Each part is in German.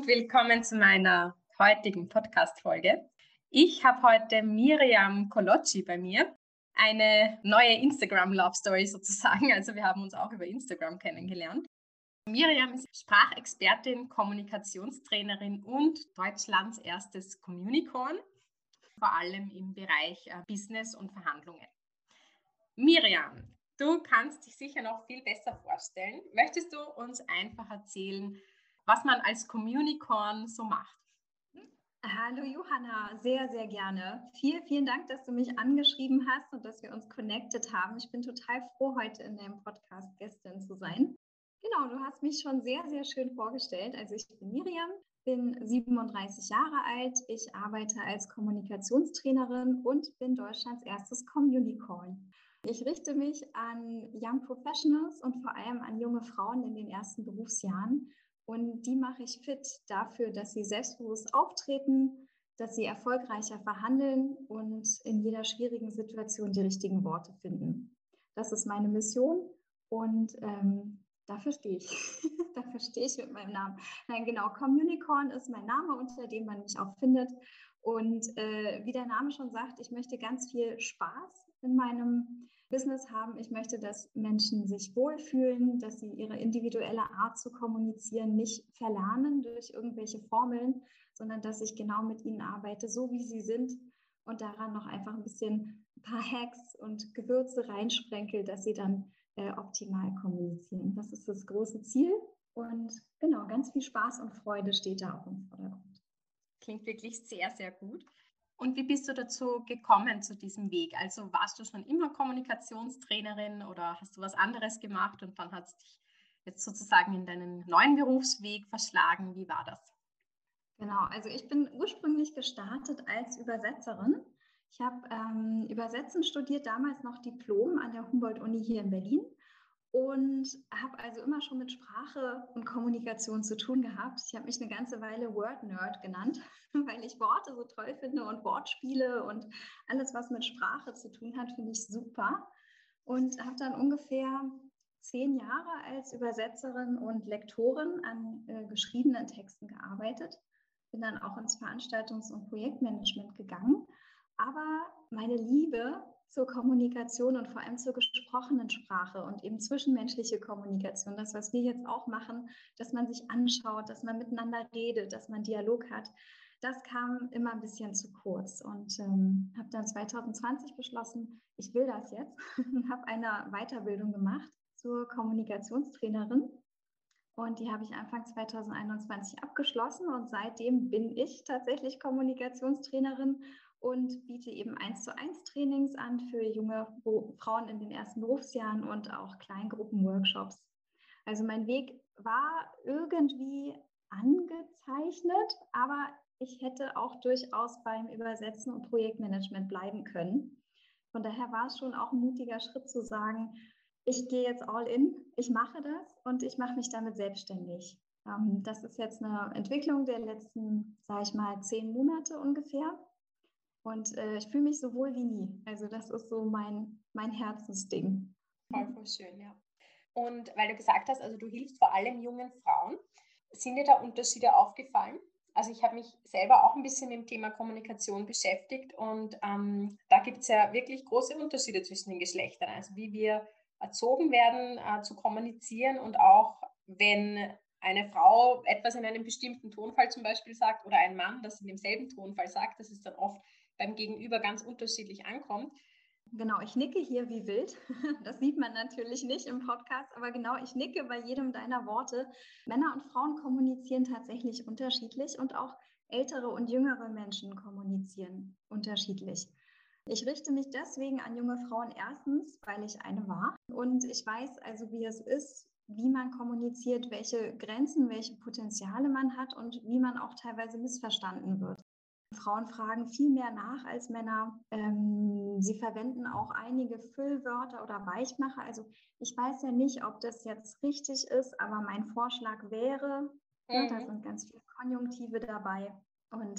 und willkommen zu meiner heutigen Podcast-Folge. Ich habe heute Miriam Colocci bei mir, eine neue Instagram-Love-Story sozusagen. Also wir haben uns auch über Instagram kennengelernt. Miriam ist Sprachexpertin, Kommunikationstrainerin und Deutschlands erstes Communicorn, vor allem im Bereich Business und Verhandlungen. Miriam, du kannst dich sicher noch viel besser vorstellen. Möchtest du uns einfach erzählen, was man als Communicorn so macht? Hallo Johanna, sehr, sehr gerne. Vielen Dank, dass du mich angeschrieben hast und dass wir uns connected haben. Ich bin total froh, heute in deinem Podcast Gästin zu sein. Genau, du hast mich schon sehr, sehr schön vorgestellt. Also ich bin Miriam, bin 37 Jahre alt. Ich arbeite als Kommunikationstrainerin und bin Deutschlands erstes Communicorn. Ich richte mich an Young Professionals und vor allem an junge Frauen in den ersten Berufsjahren. Und die mache ich fit dafür, dass sie selbstbewusst auftreten, dass sie erfolgreicher verhandeln und in jeder schwierigen Situation die richtigen Worte finden. Das ist meine Mission und dafür stehe ich. Dafür stehe ich mit meinem Namen. Nein, genau, Communicorn ist mein Name, unter dem man mich auch findet. Und wie der Name schon sagt, ich möchte ganz viel Spaß in meinem Business haben. Ich möchte, dass Menschen sich wohlfühlen, dass sie ihre individuelle Art zu kommunizieren nicht verlernen durch irgendwelche Formeln, sondern dass ich genau mit ihnen arbeite, so wie sie sind und daran noch einfach ein paar Hacks und Gewürze reinsprenkel, dass sie dann optimal kommunizieren. Das ist das große Ziel und genau, ganz viel Spaß und Freude steht da auch im Vordergrund. Klingt wirklich sehr, sehr gut. Und wie bist du dazu gekommen, zu diesem Weg? Also warst du schon immer Kommunikationstrainerin oder hast du was anderes gemacht und dann hat es dich jetzt sozusagen in deinen neuen Berufsweg verschlagen? Wie war das? Genau, also ich bin ursprünglich gestartet als Übersetzerin. Ich habe Übersetzen studiert, damals noch Diplom an der Humboldt-Uni hier in Berlin und habe also immer schon mit Sprache und Kommunikation zu tun gehabt. Ich habe mich eine ganze Weile Word-Nerd genannt, weil ich Worte so toll finde und Wortspiele und alles, was mit Sprache zu tun hat, finde ich super. Und habe dann ungefähr 10 Jahre als Übersetzerin und Lektorin an geschriebenen Texten gearbeitet. Bin dann auch ins Veranstaltungs- und Projektmanagement gegangen. Aber meine Liebe zur Kommunikation und vor allem zur gesprochenen Sprache und eben zwischenmenschliche Kommunikation, das, was wir jetzt auch machen, dass man sich anschaut, dass man miteinander redet, dass man Dialog hat, das kam immer ein bisschen zu kurz und habe dann 2020 beschlossen, ich will das jetzt und habe eine Weiterbildung gemacht zur Kommunikationstrainerin. Und die habe ich Anfang 2021 abgeschlossen und seitdem bin ich tatsächlich Kommunikationstrainerin und biete eben 1:1 Trainings an für junge Frauen in den ersten Berufsjahren und auch Kleingruppenworkshops. Also mein Weg war irgendwie angezeichnet, aber ich hätte auch durchaus beim Übersetzen und Projektmanagement bleiben können. Von daher war es schon auch ein mutiger Schritt zu sagen, ich gehe jetzt all in, ich mache das und ich mache mich damit selbstständig. Das ist jetzt eine Entwicklung der letzten, sage ich mal, 10 Monate ungefähr. Und ich fühle mich so wohl wie nie. Also das ist so mein Herzensding. Voll schön, ja. Und weil du gesagt hast, also du hilfst vor allem jungen Frauen, sind dir da Unterschiede aufgefallen? Also ich habe mich selber auch ein bisschen mit dem Thema Kommunikation beschäftigt und da gibt es ja wirklich große Unterschiede zwischen den Geschlechtern. Also wie wir erzogen werden, zu kommunizieren und auch wenn eine Frau etwas in einem bestimmten Tonfall zum Beispiel sagt oder ein Mann das in demselben Tonfall sagt, dass es dann oft beim Gegenüber ganz unterschiedlich ankommt. Genau, ich nicke hier wie wild. Das sieht man natürlich nicht im Podcast, aber genau, ich nicke bei jedem deiner Worte. Männer und Frauen kommunizieren tatsächlich unterschiedlich und auch ältere und jüngere Menschen kommunizieren unterschiedlich. Ich richte mich deswegen an junge Frauen erstens, weil ich eine war und ich weiß also, wie es ist, wie man kommuniziert, welche Grenzen, welche Potenziale man hat und wie man auch teilweise missverstanden wird. Frauen fragen viel mehr nach als Männer. Sie verwenden auch einige Füllwörter oder Weichmacher. Also ich weiß ja nicht, ob das jetzt richtig ist, aber mein Vorschlag wäre, da sind ganz viele Konjunktive dabei. Und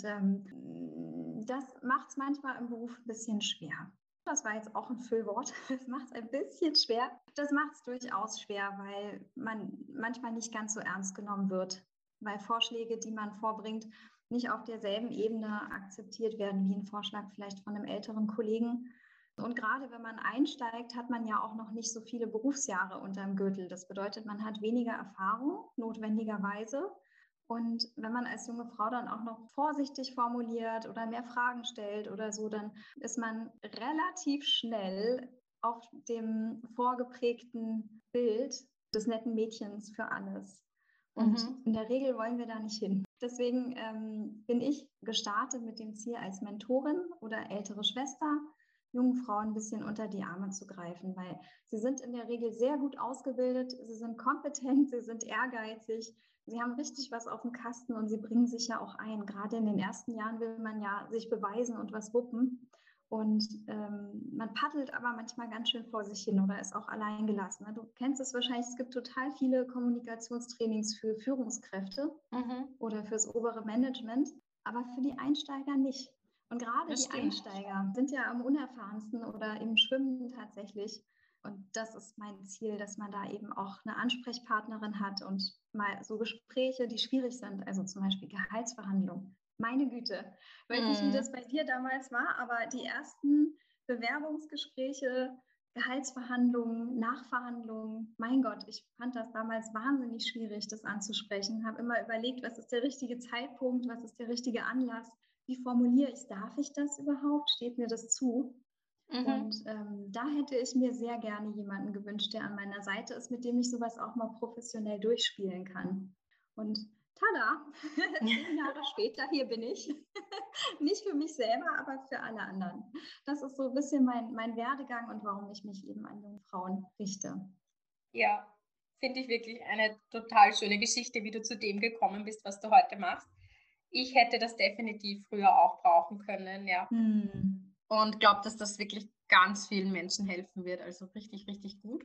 das macht es manchmal im Beruf ein bisschen schwer. Das war jetzt auch ein Füllwort. Das macht es ein bisschen schwer. Das macht es durchaus schwer, weil man manchmal nicht ganz so ernst genommen wird, weil Vorschläge, die man vorbringt, nicht auf derselben Ebene akzeptiert werden wie ein Vorschlag vielleicht von einem älteren Kollegen. Und gerade wenn man einsteigt, hat man ja auch noch nicht so viele Berufsjahre unterm Gürtel. Das bedeutet, man hat weniger Erfahrung, notwendigerweise. Und wenn man als junge Frau dann auch noch vorsichtig formuliert oder mehr Fragen stellt oder so, dann ist man relativ schnell auf dem vorgeprägten Bild des netten Mädchens für alles. Und in der Regel wollen wir da nicht hin. Deswegen bin ich gestartet mit dem Ziel, als Mentorin oder ältere Schwester jungen Frauen ein bisschen unter die Arme zu greifen, weil sie sind in der Regel sehr gut ausgebildet, sie sind kompetent, sie sind ehrgeizig, sie haben richtig was auf dem Kasten und sie bringen sich ja auch ein. Gerade in den ersten Jahren will man ja sich beweisen und was wuppen. Und man paddelt aber manchmal ganz schön vor sich hin oder ist auch allein gelassen. Du kennst es wahrscheinlich, es gibt total viele Kommunikationstrainings für Führungskräfte oder fürs obere Management, aber für die Einsteiger nicht. Und gerade die Einsteiger sind ja am unerfahrensten oder im Schwimmen tatsächlich. Und das ist mein Ziel, dass man da eben auch eine Ansprechpartnerin hat und mal so Gespräche, die schwierig sind, also zum Beispiel Gehaltsverhandlungen. Meine Güte, weiß nicht, wie das bei dir damals war, aber die ersten Bewerbungsgespräche, Gehaltsverhandlungen, Nachverhandlungen, mein Gott, ich fand das damals wahnsinnig schwierig, das anzusprechen. Habe immer überlegt, was ist der richtige Zeitpunkt, was ist der richtige Anlass, wie formuliere ich es, darf ich das überhaupt, steht mir das zu? Und da hätte ich mir sehr gerne jemanden gewünscht, der an meiner Seite ist, mit dem ich sowas auch mal professionell durchspielen kann. Und tada, 10 Jahre später, hier bin ich. Nicht für mich selber, aber für alle anderen. Das ist so ein bisschen mein Werdegang und warum ich mich eben an junge Frauen richte. Ja, finde ich wirklich eine total schöne Geschichte, wie du zu dem gekommen bist, was du heute machst. Ich hätte das definitiv früher auch brauchen können, ja. Und glaube, dass das wirklich ganz vielen Menschen helfen wird. Also richtig, richtig gut.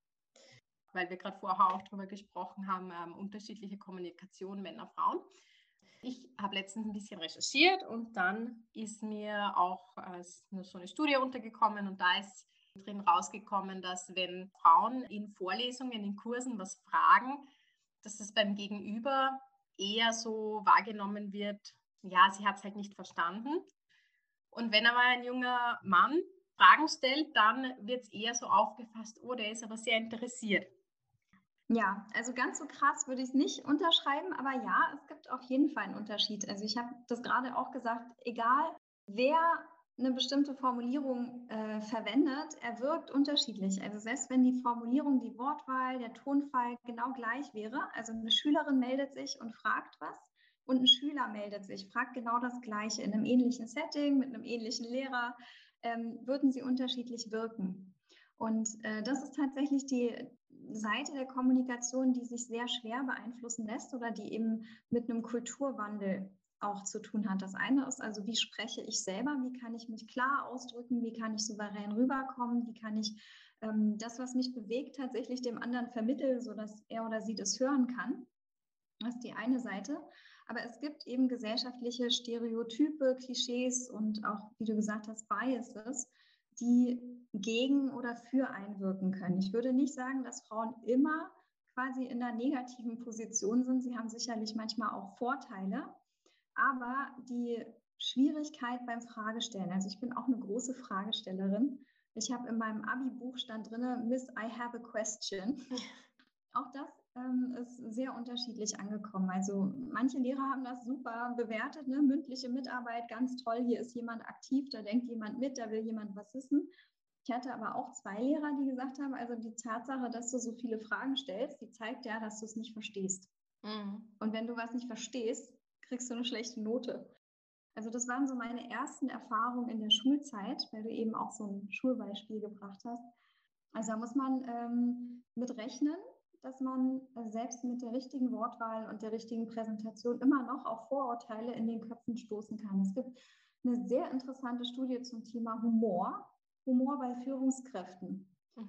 Weil wir gerade vorher auch darüber gesprochen haben, unterschiedliche Kommunikation Männer, Frauen. Ich habe letztens ein bisschen recherchiert und dann ist mir auch so eine Studie untergekommen und da ist drin rausgekommen, dass wenn Frauen in Vorlesungen, in Kursen was fragen, dass das beim Gegenüber eher so wahrgenommen wird, ja, sie hat es halt nicht verstanden. Und wenn aber ein junger Mann Fragen stellt, dann wird es eher so aufgefasst, oh, der ist aber sehr interessiert. Ja, also ganz so krass würde ich es nicht unterschreiben, aber ja, es gibt auf jeden Fall einen Unterschied. Also ich habe das gerade auch gesagt, egal wer eine bestimmte Formulierung verwendet, er wirkt unterschiedlich. Also selbst wenn die Formulierung, die Wortwahl, der Tonfall genau gleich wäre, also eine Schülerin meldet sich und fragt was und ein Schüler meldet sich, fragt genau das Gleiche in einem ähnlichen Setting, mit einem ähnlichen Lehrer, würden sie unterschiedlich wirken. Und das ist tatsächlich die Seite der Kommunikation, die sich sehr schwer beeinflussen lässt oder die eben mit einem Kulturwandel auch zu tun hat. Das eine ist also, wie spreche ich selber, wie kann ich mich klar ausdrücken, wie kann ich souverän rüberkommen, wie kann ich das, was mich bewegt, tatsächlich dem anderen vermitteln, sodass er oder sie das hören kann. Das ist die eine Seite. Aber es gibt eben gesellschaftliche Stereotype, Klischees und auch, wie du gesagt hast, Biases, die gegen oder für einwirken können. Ich würde nicht sagen, dass Frauen immer quasi in einer negativen Position sind. Sie haben sicherlich manchmal auch Vorteile, aber die Schwierigkeit beim Fragestellen, also ich bin auch eine große Fragestellerin. Ich habe in meinem Abi-Buch stand drin, Miss, I have a question. Auch das ist sehr unterschiedlich angekommen. Also manche Lehrer haben das super bewertet, ne? Mündliche Mitarbeit, ganz toll, hier ist jemand aktiv, da denkt jemand mit, da will jemand was wissen. Ich hatte aber auch 2 Lehrer, die gesagt haben, also die Tatsache, dass du so viele Fragen stellst, die zeigt ja, dass du es nicht verstehst. Und wenn du was nicht verstehst, kriegst du eine schlechte Note. Also das waren so meine ersten Erfahrungen in der Schulzeit, weil du eben auch so ein Schulbeispiel gebracht hast. Also da muss man mit rechnen, dass man selbst mit der richtigen Wortwahl und der richtigen Präsentation immer noch auf Vorurteile in den Köpfen stoßen kann. Es gibt eine sehr interessante Studie zum Thema Humor bei Führungskräften.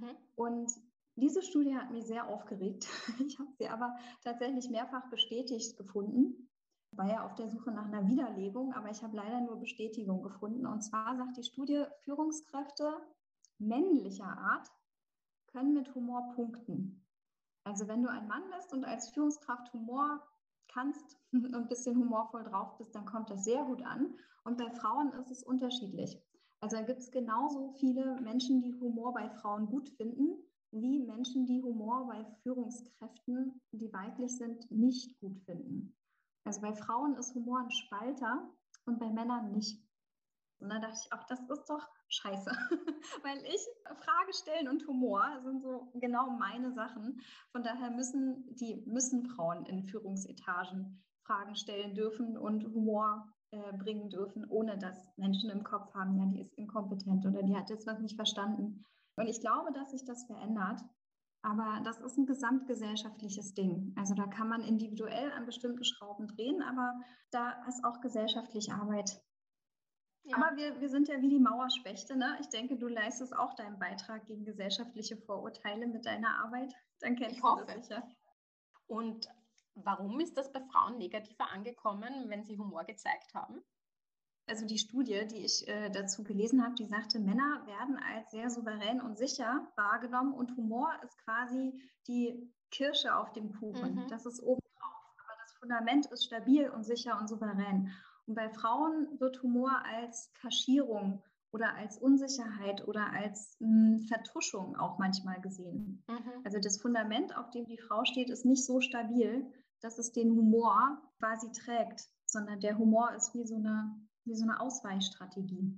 Und diese Studie hat mich sehr aufgeregt. Ich habe sie aber tatsächlich mehrfach bestätigt gefunden. Ich war ja auf der Suche nach einer Widerlegung, aber ich habe leider nur Bestätigung gefunden. Und zwar sagt die Studie, Führungskräfte männlicher Art können mit Humor punkten. Also wenn du ein Mann bist und als Führungskraft Humor kannst und ein bisschen humorvoll drauf bist, dann kommt das sehr gut an. Und bei Frauen ist es unterschiedlich. Also da gibt es genauso viele Menschen, die Humor bei Frauen gut finden, wie Menschen, die Humor bei Führungskräften, die weiblich sind, nicht gut finden. Also bei Frauen ist Humor ein Spalter und bei Männern nicht. Und da dachte ich auch, das ist doch scheiße, weil Frage stellen und Humor sind so genau meine Sachen. Von daher müssen Frauen in Führungsetagen Fragen stellen dürfen und Humor bringen dürfen, ohne dass Menschen im Kopf haben, ja, die ist inkompetent oder die hat jetzt was nicht verstanden. Und ich glaube, dass sich das verändert. Aber das ist ein gesamtgesellschaftliches Ding. Also da kann man individuell an bestimmten Schrauben drehen, aber da ist auch gesellschaftliche Arbeit. Ja. Aber wir sind ja wie die Mauerspechte, ne? Ich denke, du leistest auch deinen Beitrag gegen gesellschaftliche Vorurteile mit deiner Arbeit. Dann kennst du das sicher. Und warum ist das bei Frauen negativer angekommen, wenn sie Humor gezeigt haben? Also die Studie, die ich dazu gelesen habe, die sagte, Männer werden als sehr souverän und sicher wahrgenommen und Humor ist quasi die Kirsche auf dem Kuchen. Das ist obendrauf. Aber das Fundament ist stabil und sicher und souverän. Und bei Frauen wird Humor als Kaschierung oder als Unsicherheit oder als Vertuschung auch manchmal gesehen. Also das Fundament, auf dem die Frau steht, ist nicht so stabil, dass es den Humor quasi trägt, sondern der Humor ist wie so eine Ausweichstrategie.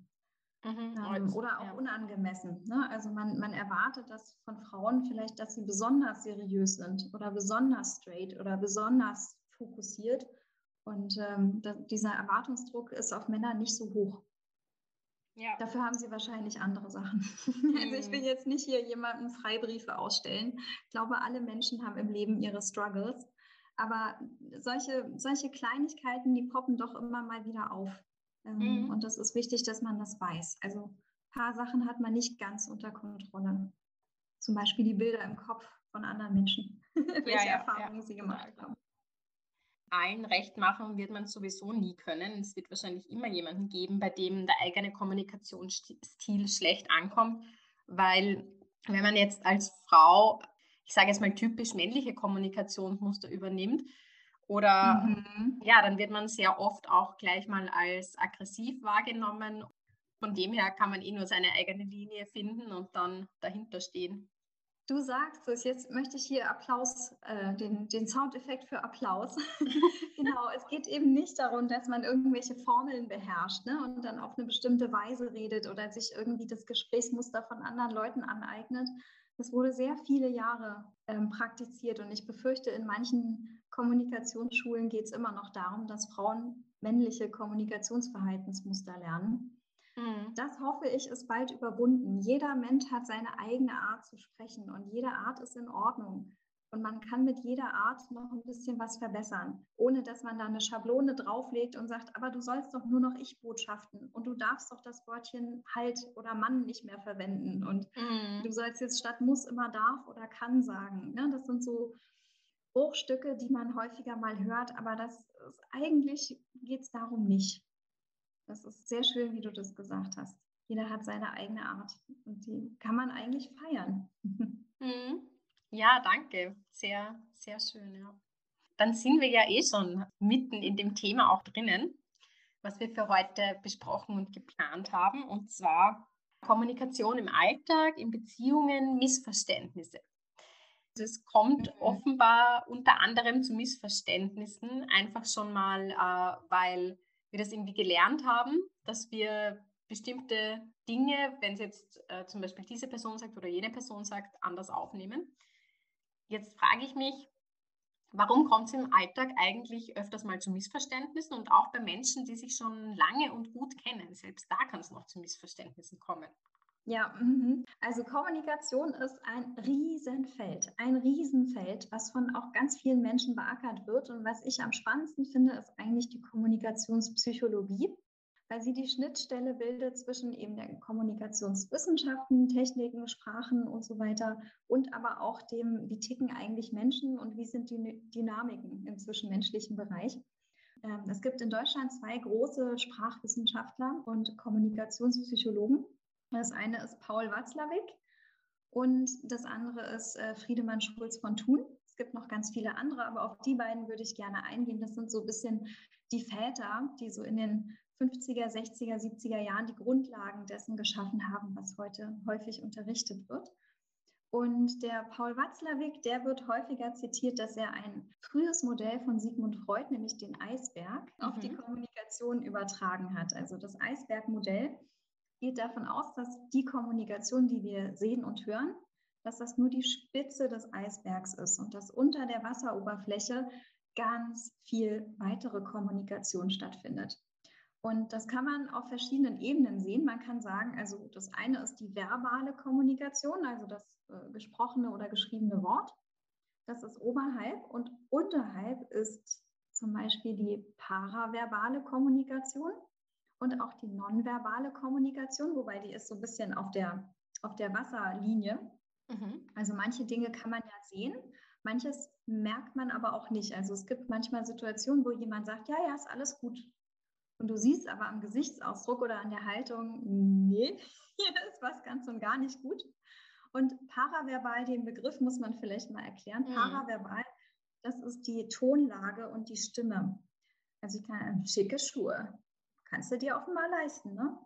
Oder auch unangemessen. Ne? Also man erwartet das von Frauen vielleicht, dass sie besonders seriös sind oder besonders straight oder besonders fokussiert. Und dieser Erwartungsdruck ist auf Männer nicht so hoch. Ja. Dafür haben sie wahrscheinlich andere Sachen. Also ich will jetzt nicht hier jemandem Freibriefe ausstellen. Ich glaube, alle Menschen haben im Leben ihre Struggles. Aber solche Kleinigkeiten, die poppen doch immer mal wieder auf. Und das ist wichtig, dass man das weiß. Also ein paar Sachen hat man nicht ganz unter Kontrolle. Zum Beispiel die Bilder im Kopf von anderen Menschen, welche Erfahrungen sie gemacht haben. Allen recht machen wird man sowieso nie können. Es wird wahrscheinlich immer jemanden geben, bei dem der eigene Kommunikationsstil schlecht ankommt, weil wenn man jetzt als Frau, ich sage jetzt mal typisch männliche Kommunikationsmuster übernimmt, oder dann wird man sehr oft auch gleich mal als aggressiv wahrgenommen. Von dem her kann man nur seine eigene Linie finden und dann dahinter stehen. Du sagst es, jetzt möchte ich hier Applaus, den Soundeffekt für Applaus. Genau, es geht eben nicht darum, dass man irgendwelche Formeln beherrscht, ne, und dann auf eine bestimmte Weise redet oder sich irgendwie das Gesprächsmuster von anderen Leuten aneignet. Das wurde sehr viele Jahre praktiziert und ich befürchte, in manchen Kommunikationsschulen geht es immer noch darum, dass Frauen männliche Kommunikationsverhaltensmuster lernen. Das hoffe ich, ist bald überwunden. Jeder Mensch hat seine eigene Art zu sprechen und jede Art ist in Ordnung. Und man kann mit jeder Art noch ein bisschen was verbessern, ohne dass man da eine Schablone drauflegt und sagt, aber du sollst doch nur noch Ich-Botschaften und du darfst doch das Wörtchen halt oder Mann nicht mehr verwenden und du sollst jetzt statt muss immer darf oder kann sagen. Ne? Das sind so Bruchstücke, die man häufiger mal hört, aber eigentlich geht es darum nicht. Das ist sehr schön, wie du das gesagt hast. Jeder hat seine eigene Art und die kann man eigentlich feiern. Ja, danke. Sehr, sehr schön, ja. Dann sind wir ja schon mitten in dem Thema auch drinnen, was wir für heute besprochen und geplant haben, und zwar Kommunikation im Alltag, in Beziehungen, Missverständnisse. Also es kommt offenbar unter anderem zu Missverständnissen, einfach schon mal, weil wir das irgendwie gelernt haben, dass wir bestimmte Dinge, wenn es jetzt zum Beispiel diese Person sagt oder jene Person sagt, anders aufnehmen. Jetzt frage ich mich, warum kommt es im Alltag eigentlich öfters mal zu Missverständnissen und auch bei Menschen, die sich schon lange und gut kennen? Selbst da kann es noch zu Missverständnissen kommen. Ja, also Kommunikation ist ein Riesenfeld, was von auch ganz vielen Menschen beackert wird. Und was ich am spannendsten finde, ist eigentlich die Kommunikationspsychologie, weil sie die Schnittstelle bildet zwischen eben den Kommunikationswissenschaften, Techniken, Sprachen und so weiter und aber auch dem, wie ticken eigentlich Menschen und wie sind die Dynamiken im zwischenmenschlichen Bereich. Es gibt in Deutschland 2 große Sprachwissenschaftler und Kommunikationspsychologen. Das eine ist Paul Watzlawick und das andere ist Friedemann Schulz von Thun. Es gibt noch ganz viele andere, aber auf die beiden würde ich gerne eingehen. Das sind so ein bisschen die Väter, die so in den 50er, 60er, 70er Jahren die Grundlagen dessen geschaffen haben, was heute häufig unterrichtet wird. Und der Paul Watzlawick, der wird häufiger zitiert, dass er ein frühes Modell von Sigmund Freud, nämlich den Eisberg, auf die Kommunikation übertragen hat. Also das Eisbergmodell geht davon aus, dass die Kommunikation, die wir sehen und hören, dass das nur die Spitze des Eisbergs ist und dass unter der Wasseroberfläche ganz viel weitere Kommunikation stattfindet. Und das kann man auf verschiedenen Ebenen sehen. Man kann sagen, also das eine ist die verbale Kommunikation, also das gesprochene oder geschriebene Wort. Das ist oberhalb und unterhalb ist zum Beispiel die paraverbale Kommunikation und auch die nonverbale Kommunikation, wobei die ist so ein bisschen auf der Wasserlinie. Also manche Dinge kann man ja sehen, manches merkt man aber auch nicht. Also es gibt manchmal Situationen, wo jemand sagt, ja, ist alles gut. Und du siehst aber am Gesichtsausdruck oder an der Haltung, nee, hier ist was ganz und gar nicht gut. Und paraverbal, den Begriff muss man vielleicht mal erklären. Paraverbal, das ist die Tonlage und die Stimme. Also ich kann schicke Schuhe. Kannst du dir offenbar leisten, ne?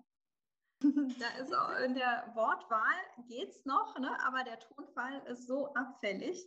Da ist auch in der Wortwahl geht's noch, ne? Aber der Tonfall ist so abfällig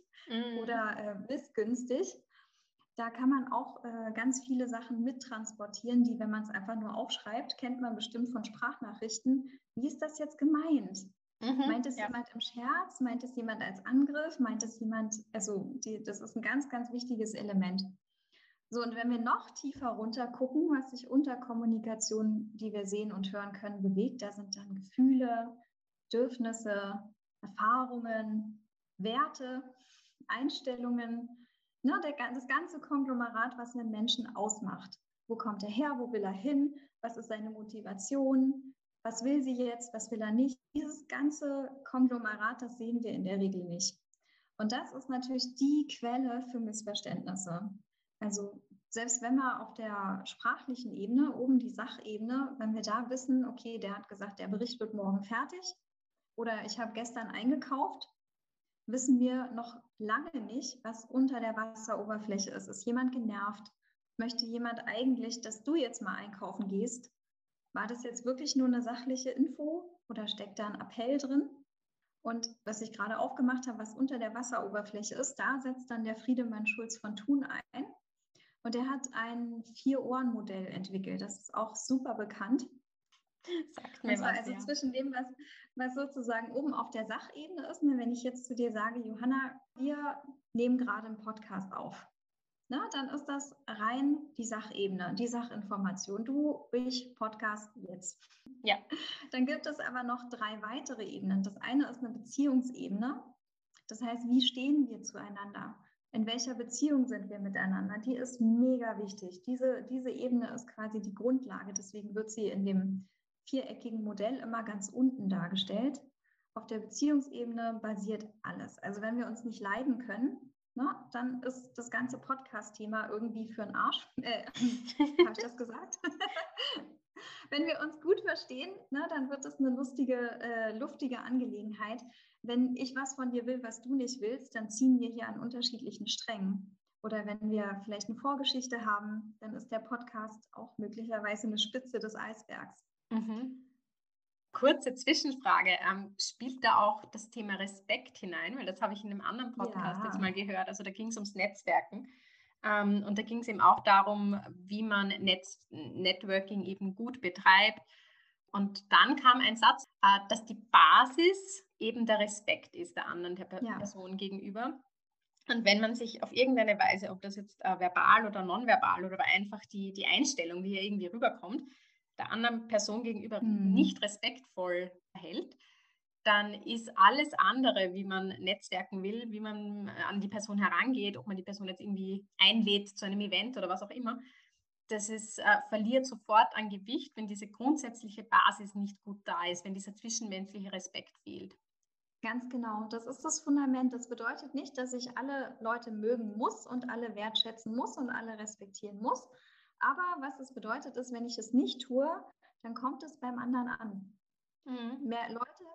oder missgünstig. Da kann man auch ganz viele Sachen mittransportieren, die, wenn man es einfach nur aufschreibt, kennt man bestimmt von Sprachnachrichten. Wie ist das jetzt gemeint? Meint es jemand im Scherz? Meint es jemand als Angriff? Meint es jemand, das ist ein ganz, ganz wichtiges Element. So, und wenn wir noch tiefer runter gucken, was sich unter Kommunikation, die wir sehen und hören können, bewegt, da sind dann Gefühle, Bedürfnisse, Erfahrungen, Werte, Einstellungen, ne, das ganze Konglomerat, was einen Menschen ausmacht. Wo kommt er her? Wo will er hin? Was ist seine Motivation? Was will sie jetzt? Was will er nicht? Dieses ganze Konglomerat, das sehen wir in der Regel nicht. Und das ist natürlich die Quelle für Missverständnisse. Also selbst wenn wir auf der sprachlichen Ebene, oben die Sachebene, wenn wir da wissen, okay, der hat gesagt, der Bericht wird morgen fertig oder ich habe gestern eingekauft, wissen wir noch lange nicht, was unter der Wasseroberfläche ist. Ist jemand genervt? Möchte jemand eigentlich, dass du jetzt mal einkaufen gehst? War das jetzt wirklich nur eine sachliche Info oder steckt da ein Appell drin? Und was ich gerade aufgemacht habe, was unter der Wasseroberfläche ist, da setzt dann der Friedemann Schulz von Thun ein. Und er hat ein 4-Ohren-Modell entwickelt. Das ist auch super bekannt. Sagt mir was, also zwischen dem, was sozusagen oben auf der Sachebene ist. Ne, wenn ich jetzt zu dir sage, Johanna, wir nehmen gerade einen Podcast auf. Na, dann ist das rein die Sachebene, die Sachinformation. Du, ich, Podcast, jetzt. Ja. Dann gibt es aber noch 3 weitere Ebenen. Das eine ist eine Beziehungsebene. Das heißt, wie stehen wir zueinander? In welcher Beziehung sind wir miteinander? Die ist mega wichtig. Diese Ebene ist quasi die Grundlage. Deswegen wird sie in dem viereckigen Modell immer ganz unten dargestellt. Auf der Beziehungsebene basiert alles. Also wenn wir uns nicht leiden können, ne, dann ist das ganze Podcast-Thema irgendwie für den Arsch. Habe ich das gesagt? Wenn wir uns gut verstehen, ne, dann wird es eine luftige Angelegenheit. Wenn ich was von dir will, was du nicht willst, dann ziehen wir hier an unterschiedlichen Strängen. Oder wenn wir vielleicht eine Vorgeschichte haben, dann ist der Podcast auch möglicherweise eine Spitze des Eisbergs. Kurze Zwischenfrage. Spielt da auch das Thema Respekt hinein? Weil das habe ich in einem anderen Podcast jetzt mal gehört. Also da ging es ums Netzwerken. Und da ging es eben auch darum, wie man Networking eben gut betreibt. Und dann kam ein Satz, dass die Basis eben der Respekt ist der anderen Person gegenüber. Und wenn man sich auf irgendeine Weise, ob das jetzt verbal oder nonverbal oder einfach die Einstellung, die hier irgendwie rüberkommt, der anderen Person gegenüber nicht respektvoll hält, dann ist alles andere, wie man netzwerken will, wie man an die Person herangeht, ob man die Person jetzt irgendwie einlädt zu einem Event oder was auch immer, das verliert sofort an Gewicht, wenn diese grundsätzliche Basis nicht gut da ist, wenn dieser zwischenmenschliche Respekt fehlt. Ganz genau, das ist das Fundament. Das bedeutet nicht, dass ich alle Leute mögen muss und alle wertschätzen muss und alle respektieren muss. Aber was es bedeutet ist, wenn ich es nicht tue, dann kommt es beim anderen an. Mehr Leute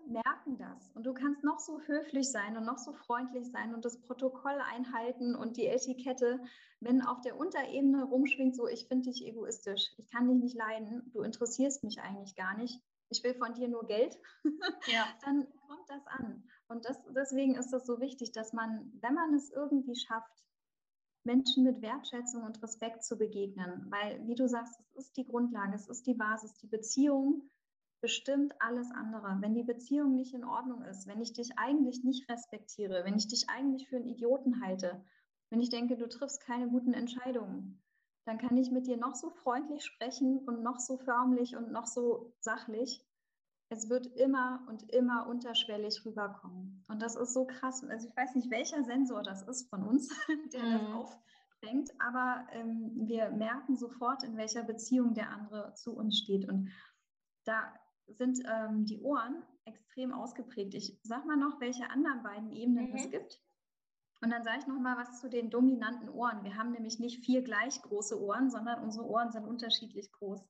merken das. Und du kannst noch so höflich sein und noch so freundlich sein und das Protokoll einhalten und die Etikette, wenn auf der Unterebene rumschwingt, so, ich finde dich egoistisch, ich kann dich nicht leiden, du interessierst mich eigentlich gar nicht, ich will von dir nur Geld, dann kommt das an. Und deswegen ist das so wichtig, dass man, wenn man es irgendwie schafft, Menschen mit Wertschätzung und Respekt zu begegnen, weil, wie du sagst, es ist die Grundlage, es ist die Basis, die Beziehung bestimmt alles andere. Wenn die Beziehung nicht in Ordnung ist, wenn ich dich eigentlich nicht respektiere, wenn ich dich eigentlich für einen Idioten halte, wenn ich denke, du triffst keine guten Entscheidungen, dann kann ich mit dir noch so freundlich sprechen und noch so förmlich und noch so sachlich. Es wird immer und immer unterschwellig rüberkommen. Und das ist so krass. Also ich weiß nicht, welcher Sensor das ist von uns, der das auffängt, aber wir merken sofort, in welcher Beziehung der andere zu uns steht. Und da sind die Ohren extrem ausgeprägt. Ich sag mal noch, welche anderen beiden Ebenen es gibt. Und dann sage ich noch mal was zu den dominanten Ohren. Wir haben nämlich nicht 4 gleich große Ohren, sondern unsere Ohren sind unterschiedlich groß.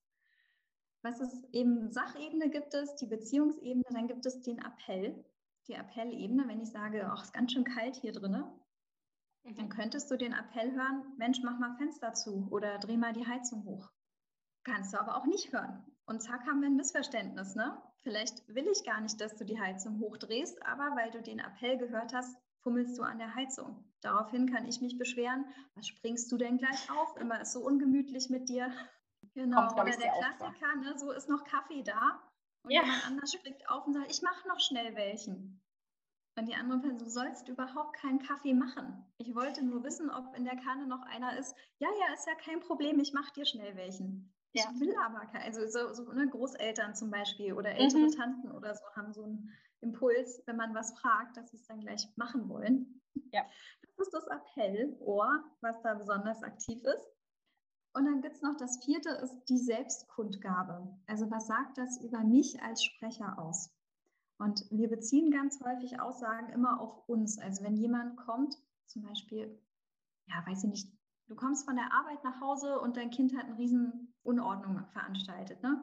Was es eben Sachebene gibt es, die Beziehungsebene, dann gibt es den Appell, die Appellebene. Wenn ich sage, ach, ist ganz schön kalt hier drin, dann könntest du den Appell hören, Mensch, mach mal Fenster zu oder dreh mal die Heizung hoch. Kannst du aber auch nicht hören. Und zack, haben wir ein Missverständnis, ne? Vielleicht will ich gar nicht, dass du die Heizung hochdrehst, aber weil du den Appell gehört hast, fummelst du an der Heizung. Daraufhin kann ich mich beschweren, was springst du denn gleich auf? Immer ist so ungemütlich mit dir. Genau, oder der Klassiker, ne, so ist noch Kaffee da und jemand anders springt auf und sagt, ich mache noch schnell welchen. Und die andere Person, du sollst überhaupt keinen Kaffee machen. Ich wollte nur wissen, ob in der Kanne noch einer ist. Ja, ist ja kein Problem, ich mache dir schnell welchen. Ich will aber keinen, also so ne, Großeltern zum Beispiel oder ältere Tanten oder so haben so einen Impuls, wenn man was fragt, dass sie es dann gleich machen wollen. Ja. Das ist das Appellohr, was da besonders aktiv ist. Und dann gibt es noch das 4. ist die Selbstkundgabe. Also was sagt das über mich als Sprecher aus? Und wir beziehen ganz häufig Aussagen immer auf uns. Also wenn jemand kommt, zum Beispiel, ja, weiß ich nicht, du kommst von der Arbeit nach Hause und dein Kind hat eine riesen Unordnung veranstaltet, ne?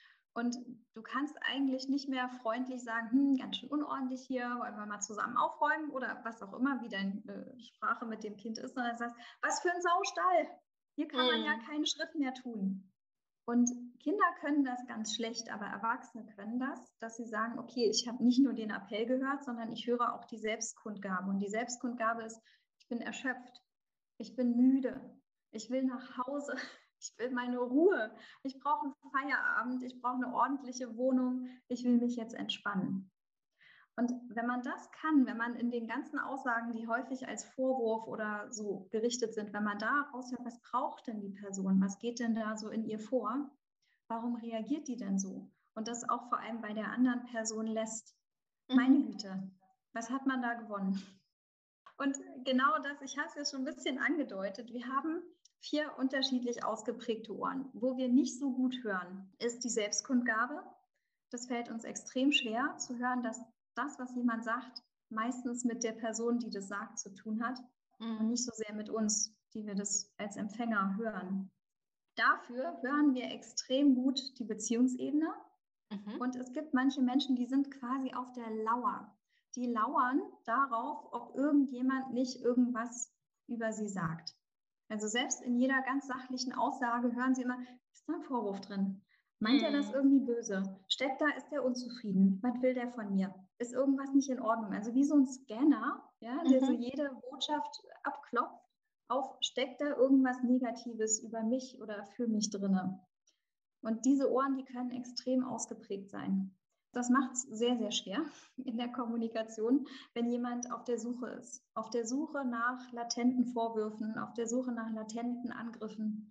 Und du kannst eigentlich nicht mehr freundlich sagen, ganz schön unordentlich hier, wollen wir mal zusammen aufräumen oder was auch immer, wie deine Sprache mit dem Kind ist, sondern sagst, was für ein Saustall, hier kann man ja keinen Schritt mehr tun. Und Kinder können das ganz schlecht, aber Erwachsene können das, dass sie sagen, okay, ich habe nicht nur den Appell gehört, sondern ich höre auch die Selbstkundgabe. Und die Selbstkundgabe ist, ich bin erschöpft, ich bin müde, ich will nach Hause, ich will meine Ruhe, ich brauche einen Feierabend, ich brauche eine ordentliche Wohnung, ich will mich jetzt entspannen. Und wenn man das kann, wenn man in den ganzen Aussagen, die häufig als Vorwurf oder so gerichtet sind, wenn man da raushört, was braucht denn die Person, was geht denn da so in ihr vor, warum reagiert die denn so? Und das auch vor allem bei der anderen Person lässt. Meine Güte, was hat man da gewonnen? Und genau das, ich habe es ja schon ein bisschen angedeutet, wir haben 4 unterschiedlich ausgeprägte Ohren. Wo wir nicht so gut hören, ist die Selbstkundgabe. Das fällt uns extrem schwer zu hören, dass das, was jemand sagt, meistens mit der Person, die das sagt, zu tun hat und nicht so sehr mit uns, die wir das als Empfänger hören. Dafür hören wir extrem gut die Beziehungsebene und es gibt manche Menschen, die sind quasi auf der Lauer. Die lauern darauf, ob irgendjemand nicht irgendwas über sie sagt. Also selbst in jeder ganz sachlichen Aussage hören sie immer, ist da ein Vorwurf drin? Meint er das irgendwie böse? Steckt da, ist er unzufrieden? Was will der von mir? Ist irgendwas nicht in Ordnung? Also wie so ein Scanner, ja, der so jede Botschaft abklopft, auf, steckt da irgendwas Negatives über mich oder für mich drinne? Und diese Ohren, die können extrem ausgeprägt sein. Das macht es sehr, sehr schwer in der Kommunikation, wenn jemand auf der Suche ist. Auf der Suche nach latenten Vorwürfen, auf der Suche nach latenten Angriffen.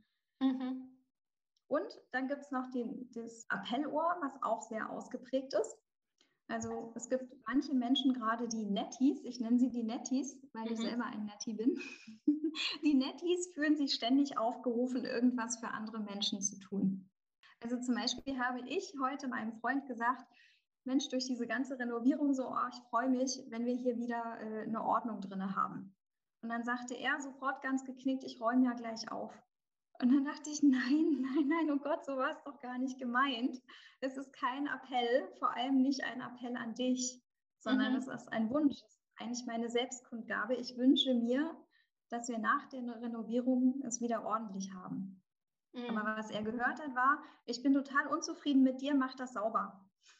Und dann gibt es noch das Appellohr, was auch sehr ausgeprägt ist. Also es gibt manche Menschen, gerade die Netties, ich nenne sie die Netties, weil ich selber ein Nettie bin. Die Netties fühlen sich ständig aufgerufen, irgendwas für andere Menschen zu tun. Also zum Beispiel habe ich heute meinem Freund gesagt, Mensch, durch diese ganze Renovierung so, oh, ich freue mich, wenn wir hier wieder eine Ordnung drin haben. Und dann sagte er sofort ganz geknickt, ich räume ja gleich auf. Und dann dachte ich, nein, nein, nein, oh Gott, so war es doch gar nicht gemeint. Es ist kein Appell, vor allem nicht ein Appell an dich, sondern es Mhm. ist ein Wunsch. Es ist eigentlich meine Selbstkundgabe. Ich wünsche mir, dass wir nach der Renovierung es wieder ordentlich haben. Aber Mhm. was er gehört hat, war, ich bin total unzufrieden mit dir, mach das sauber.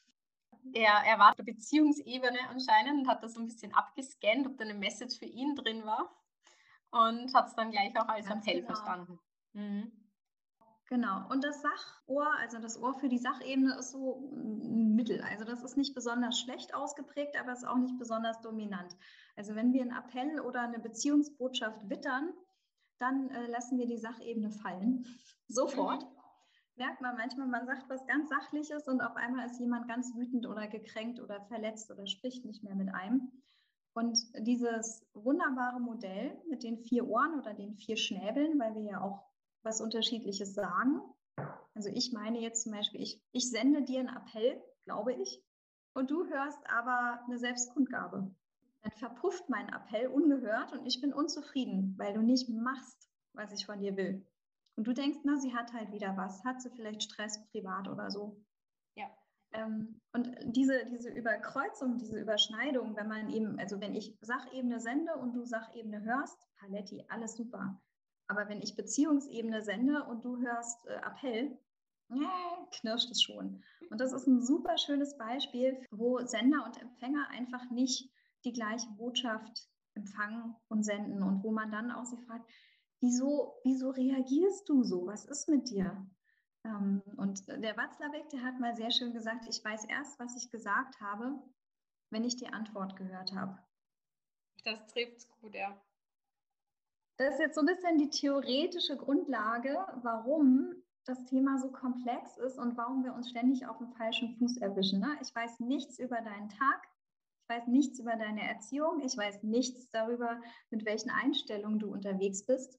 Er war auf der Beziehungsebene anscheinend und hat das so ein bisschen abgescannt, ob da 'ne Message für ihn drin war und hat es dann gleich auch als Ganz Appell genau. verstanden. Mhm. Genau. Und das Sachohr, also das Ohr für die Sachebene ist so mittel. Also das ist nicht besonders schlecht ausgeprägt, aber es ist auch nicht besonders dominant. Also wenn wir einen Appell oder eine Beziehungsbotschaft wittern, dann lassen wir die Sachebene fallen. Sofort. Mhm. Merkt man manchmal, man sagt was ganz Sachliches und auf einmal ist jemand ganz wütend oder gekränkt oder verletzt oder spricht nicht mehr mit einem. Und dieses wunderbare Modell mit den 4 Ohren oder den 4 Schnäbeln, weil wir ja auch was Unterschiedliches sagen. Also ich meine jetzt zum Beispiel, ich sende dir einen Appell, glaube ich, und du hörst aber eine Selbstkundgabe. Dann verpufft mein Appell ungehört und ich bin unzufrieden, weil du nicht machst, was ich von dir will. Und du denkst, na, sie hat halt wieder was, hat sie vielleicht Stress privat oder so. Ja. Und diese Überkreuzung, diese Überschneidung, wenn man eben, also wenn ich Sachebene sende und du Sachebene hörst, Paletti, alles super. Aber wenn ich Beziehungsebene sende und du hörst Appell, knirscht es schon. Und das ist ein super schönes Beispiel, wo Sender und Empfänger einfach nicht die gleiche Botschaft empfangen und senden und wo man dann auch sich fragt, wieso reagierst du so? Was ist mit dir? Und der Watzlawick, der hat mal sehr schön gesagt, ich weiß erst, was ich gesagt habe, wenn ich die Antwort gehört habe. Das trifft's gut, ja. Das ist jetzt so ein bisschen die theoretische Grundlage, warum das Thema so komplex ist und warum wir uns ständig auf dem falschen Fuß erwischen. Ne? Ich weiß nichts über deinen Tag, ich weiß nichts über deine Erziehung, ich weiß nichts darüber, mit welchen Einstellungen du unterwegs bist.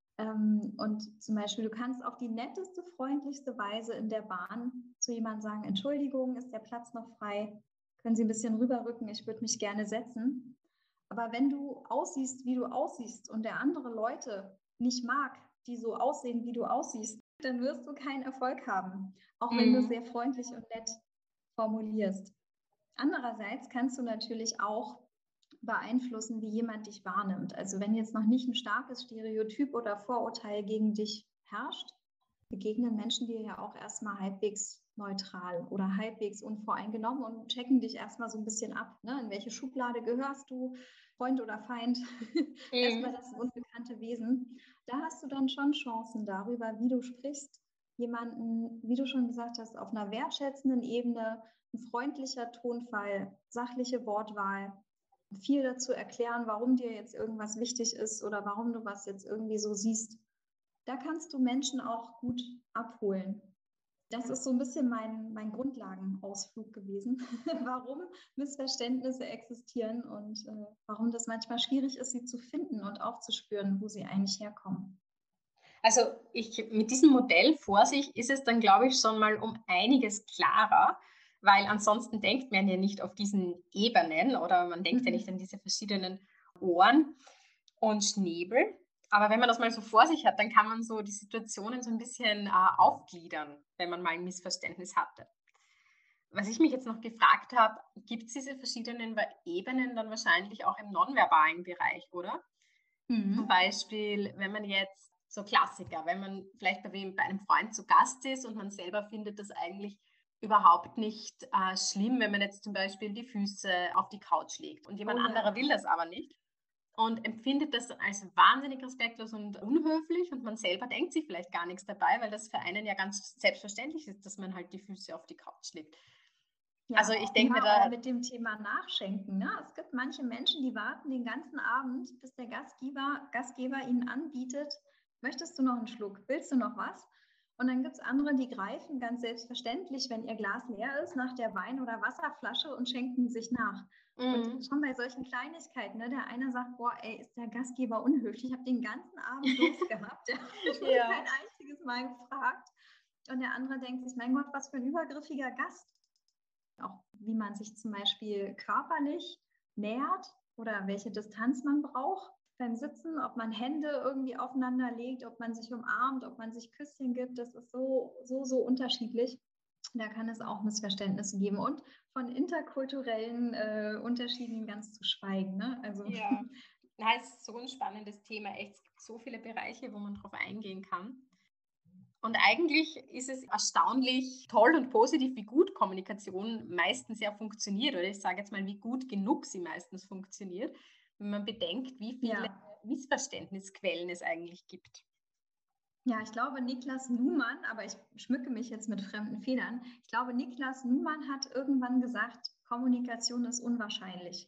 Und zum Beispiel, du kannst auf die netteste, freundlichste Weise in der Bahn zu jemandem sagen, Entschuldigung, ist der Platz noch frei? Können Sie ein bisschen rüberrücken? Ich würde mich gerne setzen. Aber wenn du aussiehst, wie du aussiehst und der andere Leute nicht mag, die so aussehen, wie du aussiehst, dann wirst du keinen Erfolg haben, auch wenn du es Mhm. sehr freundlich und nett formulierst. Andererseits kannst du natürlich auch beeinflussen, wie jemand dich wahrnimmt. Also wenn jetzt noch nicht ein starkes Stereotyp oder Vorurteil gegen dich herrscht, begegnen Menschen dir ja auch erstmal halbwegs neutral oder halbwegs unvoreingenommen und checken dich erstmal so ein bisschen ab. Ne? In welche Schublade gehörst du, Freund oder Feind? Erstmal Mhm. das unbekannte Wesen. Da hast du dann schon Chancen darüber, wie du sprichst, jemanden, wie du schon gesagt hast, auf einer wertschätzenden Ebene, ein freundlicher Tonfall, sachliche Wortwahl, viel dazu erklären, warum dir jetzt irgendwas wichtig ist oder warum du was jetzt irgendwie so siehst. Da kannst du Menschen auch gut abholen. Das ist so ein bisschen mein Grundlagenausflug gewesen, warum Missverständnisse existieren und warum das manchmal schwierig ist, sie zu finden und aufzuspüren, wo sie eigentlich herkommen. Also, mit diesem Modell vor sich ist es dann, glaube ich, schon mal um einiges klarer, weil ansonsten denkt man ja nicht auf diesen Ebenen oder man denkt ja nicht an Mhm. diese verschiedenen Ohren und Schnäbel. Aber wenn man das mal so vor sich hat, dann kann man so die Situationen so ein bisschen, aufgliedern, wenn man mal ein Missverständnis hatte. Was ich mich jetzt noch gefragt habe, gibt es diese verschiedenen Ebenen dann wahrscheinlich auch im nonverbalen Bereich, oder? Zum Mhm. Beispiel, wenn man jetzt so Klassiker, wenn man vielleicht bei einem Freund zu Gast ist und man selber findet das eigentlich überhaupt nicht schlimm, wenn man jetzt zum Beispiel die Füße auf die Couch legt und Oh jemand ja. anderer will das aber nicht und empfindet das dann als wahnsinnig respektlos und unhöflich und man selber denkt sich vielleicht gar nichts dabei, weil das für einen ja ganz selbstverständlich ist, dass man halt die Füße auf die Couch legt. Also Ja, ich denke mir ja, oder da, mit dem Thema Nachschenken. Ne? Es gibt manche Menschen, die warten den ganzen Abend, bis der Gastgeber ihnen anbietet, möchtest du noch einen Schluck? Willst du noch was? Und dann gibt es andere, die greifen ganz selbstverständlich, wenn ihr Glas leer ist, nach der Wein- oder Wasserflasche und schenken sich nach. Und mm, schon bei solchen Kleinigkeiten, ne, der eine sagt, boah, ey, ist der Gastgeber unhöflich, ich habe den ganzen Abend Durst gehabt, der hat mich kein ja. einziges Mal gefragt. Und der andere denkt sich, mein Gott, was für ein übergriffiger Gast. Auch wie man sich zum Beispiel körperlich nähert oder welche Distanz man braucht. beim Sitzen, ob man Hände irgendwie aufeinander legt, ob man sich umarmt, ob man sich Küsschen gibt. Das ist so unterschiedlich. Da kann es auch Missverständnisse geben und von interkulturellen Unterschieden ganz zu schweigen. Ne? Also Ja, na, es ist so ein spannendes Thema. Echt, es gibt so viele Bereiche, wo man drauf eingehen kann. Und eigentlich ist es erstaunlich toll und positiv, wie gut Kommunikation meistens ja funktioniert. Oder ich sage jetzt mal, wie gut genug sie meistens funktioniert, wenn man bedenkt, wie viele ja. Missverständnisquellen es eigentlich gibt. Ja, ich glaube, Niklas Luhmann, aber ich schmücke mich jetzt mit fremden Federn. Ich glaube, Niklas Luhmann hat irgendwann gesagt, Kommunikation ist unwahrscheinlich.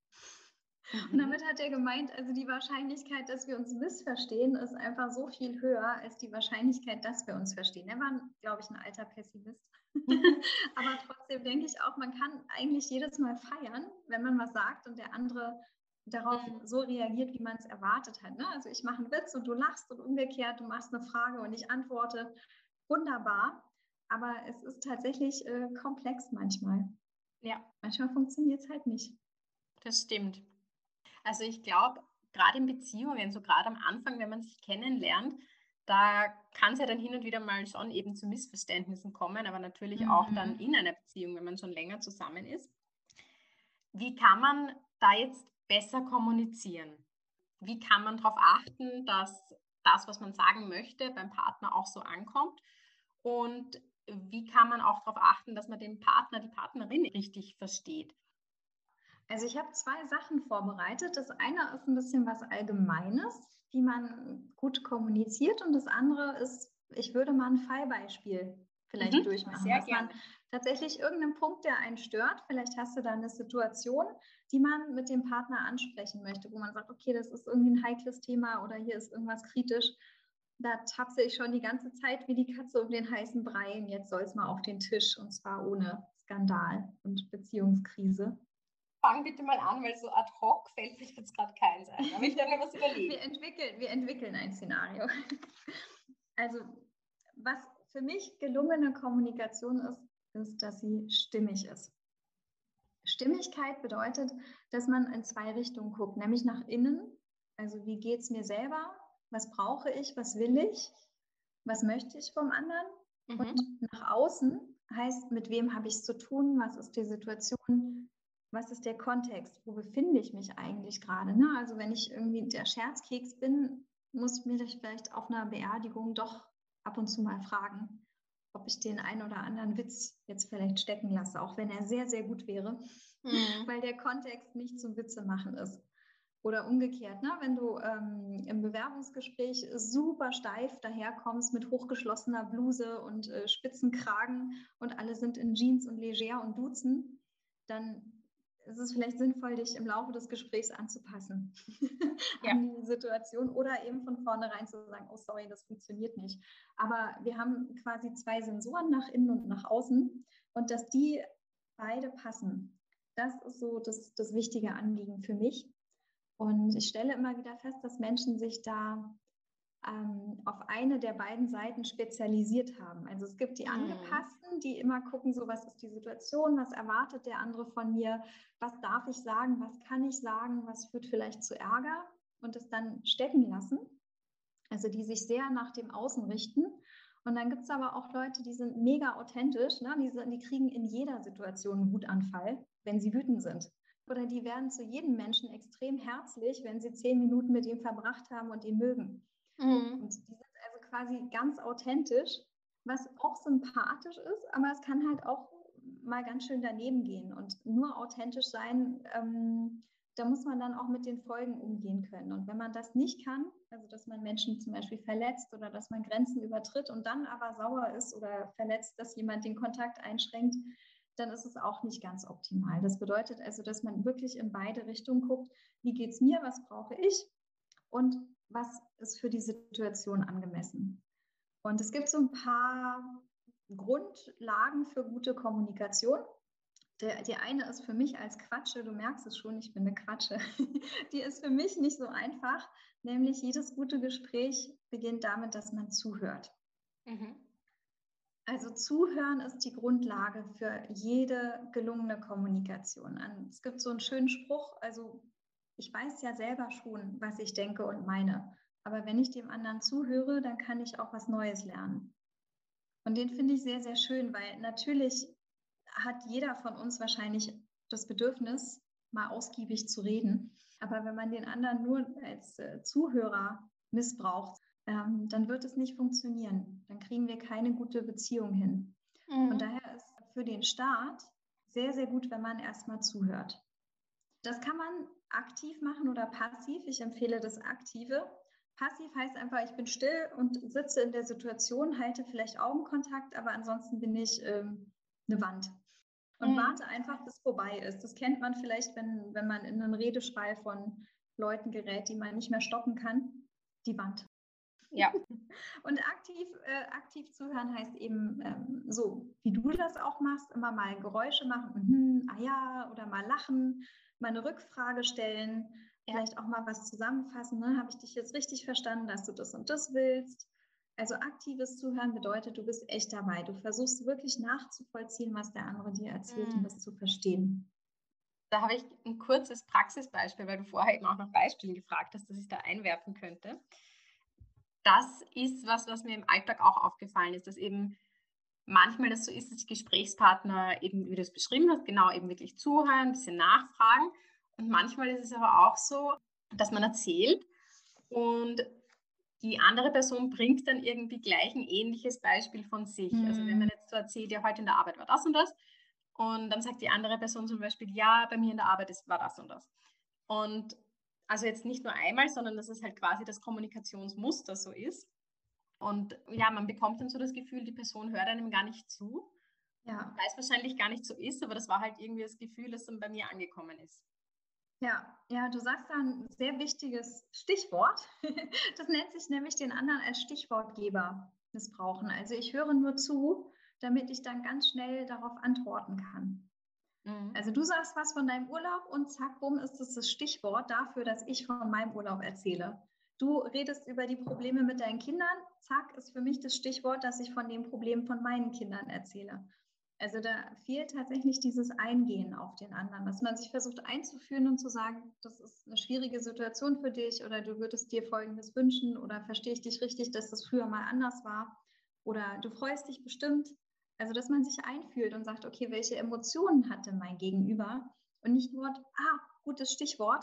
Und Mhm. damit hat er gemeint, also die Wahrscheinlichkeit, dass wir uns missverstehen, ist einfach so viel höher als die Wahrscheinlichkeit, dass wir uns verstehen. Er war, glaube ich, ein alter Pessimist. Aber trotzdem denke ich auch, man kann eigentlich jedes Mal feiern, wenn man was sagt und der andere darauf so reagiert, wie man es erwartet hat. Ne? Also ich mache einen Witz und du lachst und umgekehrt, du machst eine Frage und ich antworte. Wunderbar. Aber es ist tatsächlich komplex manchmal. Ja, Manchmal funktioniert es halt nicht. das stimmt. Also ich glaube, gerade in Beziehungen, so gerade am Anfang, wenn man sich kennenlernt, da kann es ja dann hin und wieder mal schon eben zu Missverständnissen kommen, aber natürlich auch dann Mhm. in einer Beziehung, wenn man schon länger zusammen ist. Wie kann man da jetzt besser kommunizieren? Wie kann man darauf achten, dass das, was man sagen möchte, beim Partner auch so ankommt? Und wie kann man auch darauf achten, dass man den Partner, die Partnerin richtig versteht? Also ich habe 2 Sachen vorbereitet. Das eine ist ein bisschen was Allgemeines, wie man gut kommuniziert und das andere ist, ich würde mal ein Fallbeispiel vielleicht Mhm, durchmachen, sehr dass man gerne. tatsächlich irgendeinen Punkt, der einen stört, vielleicht hast du da eine Situation, die man mit dem Partner ansprechen möchte, wo man sagt: „Okay, das ist irgendwie ein heikles Thema oder hier ist irgendwas kritisch. Da tapse ich schon die ganze Zeit wie die Katze um den heißen Brei und jetzt soll es mal auf den Tisch und zwar ohne Skandal und Beziehungskrise.“ Fang bitte mal an, weil so ad hoc fällt mir jetzt gerade keins ein. Aber ich werde mir was überlegen. Wir entwickeln ein Szenario. Also, was für mich gelungene Kommunikation ist, ist, dass sie stimmig ist. Stimmigkeit bedeutet, dass man in 2 Richtungen guckt, nämlich nach innen, also wie geht es mir selber, was brauche ich, was will ich, was möchte ich vom anderen Mhm. und nach außen heißt, mit wem habe ich es zu tun, was ist die Situation, was ist der Kontext, wo befinde ich mich eigentlich gerade. Ne? Also wenn ich irgendwie der Scherzkeks bin, muss ich mich vielleicht auf einer Beerdigung doch ab und zu mal fragen, ob ich den einen oder anderen Witz jetzt vielleicht stecken lasse, auch wenn er sehr, sehr gut wäre, Mhm. weil der Kontext nicht zum Witze machen ist. Oder umgekehrt, ne? Wenn du im Bewerbungsgespräch super steif daherkommst mit hochgeschlossener Bluse und spitzen Kragen und alle sind in Jeans und leger und duzen, dann ist es vielleicht sinnvoll, dich im Laufe des Gesprächs anzupassen Ja. an die Situation oder eben von vornherein zu sagen, oh sorry, das funktioniert nicht. Aber wir haben quasi 2 Sensoren nach innen und nach außen und dass die beide passen, das ist so das wichtige Anliegen für mich. Und ich stelle immer wieder fest, dass Menschen sich da auf eine der beiden Seiten spezialisiert haben. Also es gibt die Mhm. Angepassten, die immer gucken, so was ist die Situation, was erwartet der andere von mir, was darf ich sagen, was kann ich sagen, was führt vielleicht zu Ärger und es dann stecken lassen. Also die sich sehr nach dem Außen richten. Und dann gibt es aber auch Leute, die sind mega authentisch, ne? Die kriegen in jeder Situation einen Wutanfall, wenn sie wütend sind. Oder die werden zu jedem Menschen extrem herzlich, wenn sie 10 Minuten mit ihm verbracht haben und ihn mögen. Mhm. Und die sind also quasi ganz authentisch, was auch sympathisch ist, aber es kann halt auch mal ganz schön daneben gehen. Und nur authentisch sein, da muss man dann auch mit den Folgen umgehen können. Und wenn man das nicht kann, also dass man Menschen zum Beispiel verletzt oder dass man Grenzen übertritt und dann aber sauer ist oder verletzt, dass jemand den Kontakt einschränkt, dann ist es auch nicht ganz optimal. Das bedeutet also, dass man wirklich in beide Richtungen guckt, wie geht es mir, was brauche ich und was ist für die Situation angemessen. Und es gibt so ein paar Grundlagen für gute Kommunikation. Die eine ist für mich als Quatsche, du merkst es schon, ich bin eine Quatsche, die ist für mich nicht so einfach, nämlich jedes gute Gespräch beginnt damit, dass man zuhört. Mhm. Also zuhören ist die Grundlage für jede gelungene Kommunikation. Es gibt so einen schönen Spruch, also ich weiß ja selber schon, was ich denke und meine. Aber wenn ich dem anderen zuhöre, dann kann ich auch was Neues lernen. Und den finde ich sehr, sehr schön, weil natürlich hat jeder von uns wahrscheinlich das Bedürfnis, mal ausgiebig zu reden. Aber wenn man den anderen nur als Zuhörer missbraucht, dann wird es nicht funktionieren. Dann kriegen wir keine gute Beziehung hin. Von daher ist für den Start sehr, sehr gut, wenn man erstmal zuhört. Das kann man aktiv machen oder passiv. Ich empfehle das Aktive. Passiv heißt einfach, ich bin still und sitze in der Situation, halte vielleicht Augenkontakt, aber ansonsten bin ich eine Wand und warte einfach, bis vorbei ist. Das kennt man vielleicht, wenn man in einen Redeschwall von Leuten gerät, die man nicht mehr stoppen kann. Die Wand. Ja. Und aktiv zuhören heißt eben so, wie du das auch machst, immer mal Geräusche machen, ah ja, oder mal lachen, mal eine Rückfrage stellen, vielleicht auch mal was zusammenfassen. Ne? Habe ich dich jetzt richtig verstanden, dass du das und das willst? Also aktives Zuhören bedeutet, du bist echt dabei. Du versuchst wirklich nachzuvollziehen, was der andere dir erzählt und das zu verstehen. Da habe ich ein kurzes Praxisbeispiel, weil du vorher eben auch nach Beispielen gefragt hast, dass ich da einwerfen könnte. Das ist was mir im Alltag auch aufgefallen ist, dass eben manchmal das so ist, dass die Gesprächspartner eben, wie du es beschrieben hast, genau eben wirklich zuhören, ein bisschen nachfragen. Und manchmal ist es aber auch so, dass man erzählt und die andere Person bringt dann irgendwie gleich ein ähnliches Beispiel von sich. Also wenn man jetzt so erzählt, ja, heute in der Arbeit war das und das, und dann sagt die andere Person zum Beispiel, ja, bei mir in der Arbeit war das und das. Und also jetzt nicht nur einmal, sondern dass es halt quasi das Kommunikationsmuster so ist. Und ja, man bekommt dann so das Gefühl, die Person hört einem gar nicht zu, Ja. weil es wahrscheinlich gar nicht so ist, aber das war halt irgendwie das Gefühl, das dann bei mir angekommen ist. Ja, du sagst da ein sehr wichtiges Stichwort. Das nennt sich nämlich den anderen als Stichwortgeber missbrauchen. Also ich höre nur zu, damit ich dann ganz schnell darauf antworten kann. Also du sagst was von deinem Urlaub und zack, bumm, ist das Stichwort dafür, dass ich von meinem Urlaub erzähle. Du redest über die Probleme mit deinen Kindern, zack, ist für mich das Stichwort, dass ich von den Problemen von meinen Kindern erzähle. Also da fehlt tatsächlich dieses Eingehen auf den anderen, dass man sich versucht einzuführen und zu sagen, das ist eine schwierige Situation für dich oder du würdest dir Folgendes wünschen oder verstehe ich dich richtig, dass das früher mal anders war oder du freust dich bestimmt. Also dass man sich einfühlt und sagt, okay, welche Emotionen hatte mein Gegenüber und nicht nur, gutes Stichwort,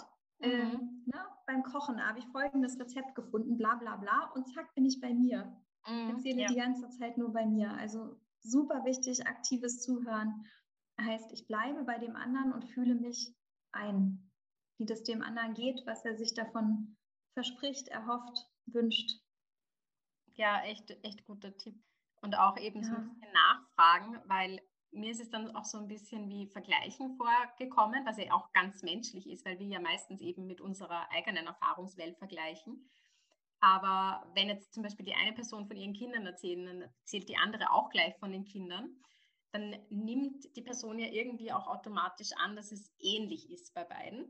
beim Kochen habe ich folgendes Rezept gefunden, bla bla bla und zack, bin ich bei mir. Erzähle die ganze Zeit nur bei mir. Also super wichtig, aktives Zuhören heißt, ich bleibe bei dem anderen und fühle mich ein, wie das dem anderen geht, was er sich davon verspricht, erhofft, wünscht. Ja, echt guter Tipp. Und auch eben so ein Ja. bisschen nachfragen, weil mir ist es dann auch so ein bisschen wie Vergleichen vorgekommen, was ja auch ganz menschlich ist, weil wir ja meistens eben mit unserer eigenen Erfahrungswelt vergleichen. Aber wenn jetzt zum Beispiel die eine Person von ihren Kindern erzählt, dann erzählt die andere auch gleich von den Kindern, dann nimmt die Person ja irgendwie auch automatisch an, dass es ähnlich ist bei beiden.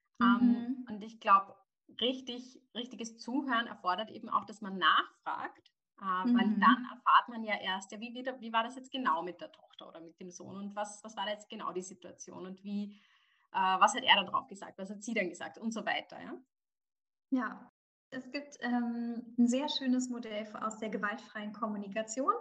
Und ich glaube, richtiges Zuhören erfordert eben auch, dass man nachfragt, weil dann erfahrt man ja erst, ja, wie war das jetzt genau mit der Tochter oder mit dem Sohn und was war da jetzt genau die Situation und was hat er dann drauf gesagt, was hat sie dann gesagt und so weiter. Ja, Ja, es gibt ein sehr schönes Modell aus der gewaltfreien Kommunikation,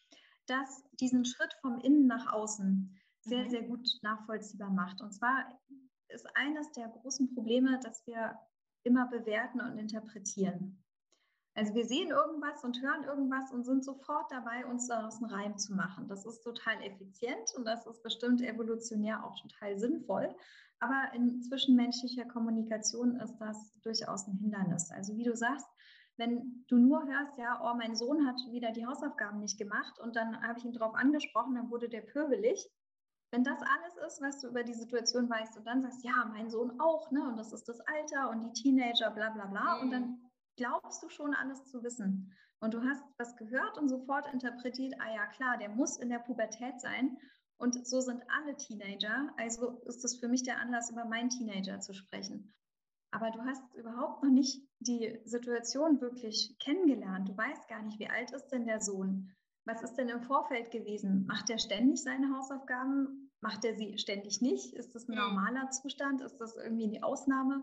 das diesen Schritt vom Innen nach außen sehr, sehr gut nachvollziehbar macht. Und zwar ist eines der großen Probleme, dass wir immer bewerten und interpretieren. Also wir sehen irgendwas und hören irgendwas und sind sofort dabei, uns daraus einen Reim zu machen. Das ist total effizient und das ist bestimmt evolutionär auch total sinnvoll. Aber in zwischenmenschlicher Kommunikation ist das durchaus ein Hindernis. Also wie du sagst, wenn du nur hörst, ja, oh, mein Sohn hat wieder die Hausaufgaben nicht gemacht und dann habe ich ihn darauf angesprochen, dann wurde der pöbelig. Wenn das alles ist, was du über die Situation weißt und dann sagst, ja, mein Sohn auch, ne, und das ist das Alter und die Teenager, bla bla bla, und dann glaubst du schon alles zu wissen. Und du hast was gehört und sofort interpretiert, ja klar, der muss in der Pubertät sein und so sind alle Teenager, also ist das für mich der Anlass, über meinen Teenager zu sprechen. Aber du hast überhaupt noch nicht die Situation wirklich kennengelernt. Du weißt gar nicht, wie alt ist denn der Sohn? Was ist denn im Vorfeld gewesen? Macht er ständig seine Hausaufgaben? Macht er sie ständig nicht? Ist das ein normaler Zustand? Ist das irgendwie die Ausnahme?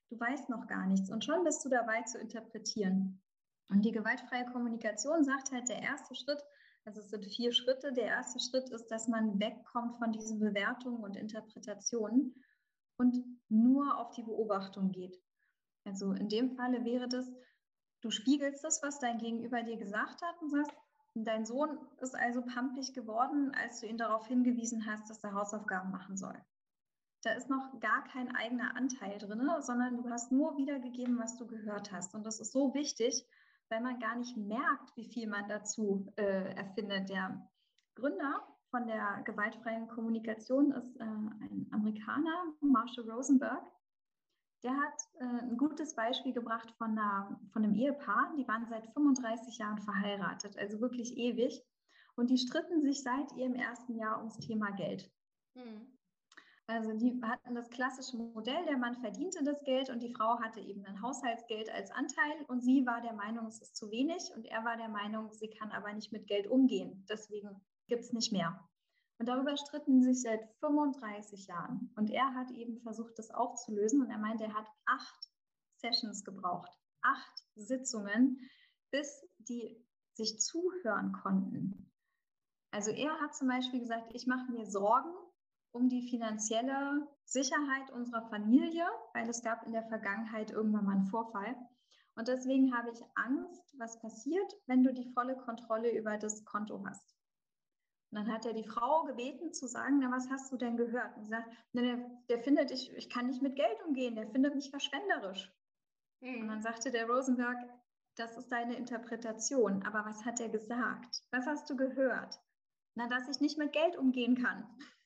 Du weißt noch gar nichts und schon bist du dabei zu interpretieren. Und die gewaltfreie Kommunikation sagt halt, der erste Schritt, also es sind 4 Schritte. Der erste Schritt ist, dass man wegkommt von diesen Bewertungen und Interpretationen und nur auf die Beobachtung geht. Also in dem Falle wäre das, du spiegelst das, was dein Gegenüber dir gesagt hat und sagst, dein Sohn ist also pampig geworden, als du ihn darauf hingewiesen hast, dass er Hausaufgaben machen soll. Da ist noch gar kein eigener Anteil drin, sondern du hast nur wiedergegeben, was du gehört hast. Und das ist so wichtig, weil man gar nicht merkt, wie viel man dazu erfindet. Der Gründer von der gewaltfreien Kommunikation ist ein Amerikaner, Marshall Rosenberg. Der hat ein gutes Beispiel gebracht von einem Ehepaar, die waren seit 35 Jahren verheiratet, also wirklich ewig. Und die stritten sich seit ihrem ersten Jahr ums Thema Geld. Also die hatten das klassische Modell, der Mann verdiente das Geld und die Frau hatte eben ein Haushaltsgeld als Anteil und sie war der Meinung, es ist zu wenig und er war der Meinung, sie kann aber nicht mit Geld umgehen, deswegen gibt es nicht mehr. Und darüber stritten sie sich seit 35 Jahren und er hat eben versucht, das aufzulösen und er meinte, er hat 8 Sessions gebraucht, 8 Sitzungen, bis die sich zuhören konnten. Also er hat zum Beispiel gesagt, ich mache mir Sorgen um die finanzielle Sicherheit unserer Familie, weil es gab in der Vergangenheit irgendwann mal einen Vorfall. Und deswegen habe ich Angst, was passiert, wenn du die volle Kontrolle über das Konto hast. Und dann hat er die Frau gebeten zu sagen, na, was hast du denn gehört? Und sie sagt, der findet, ich kann nicht mit Geld umgehen, der findet mich verschwenderisch. Und dann sagte der Rosenberg, das ist deine Interpretation, aber was hat er gesagt? Was hast du gehört? Na, dass ich nicht mit Geld umgehen kann.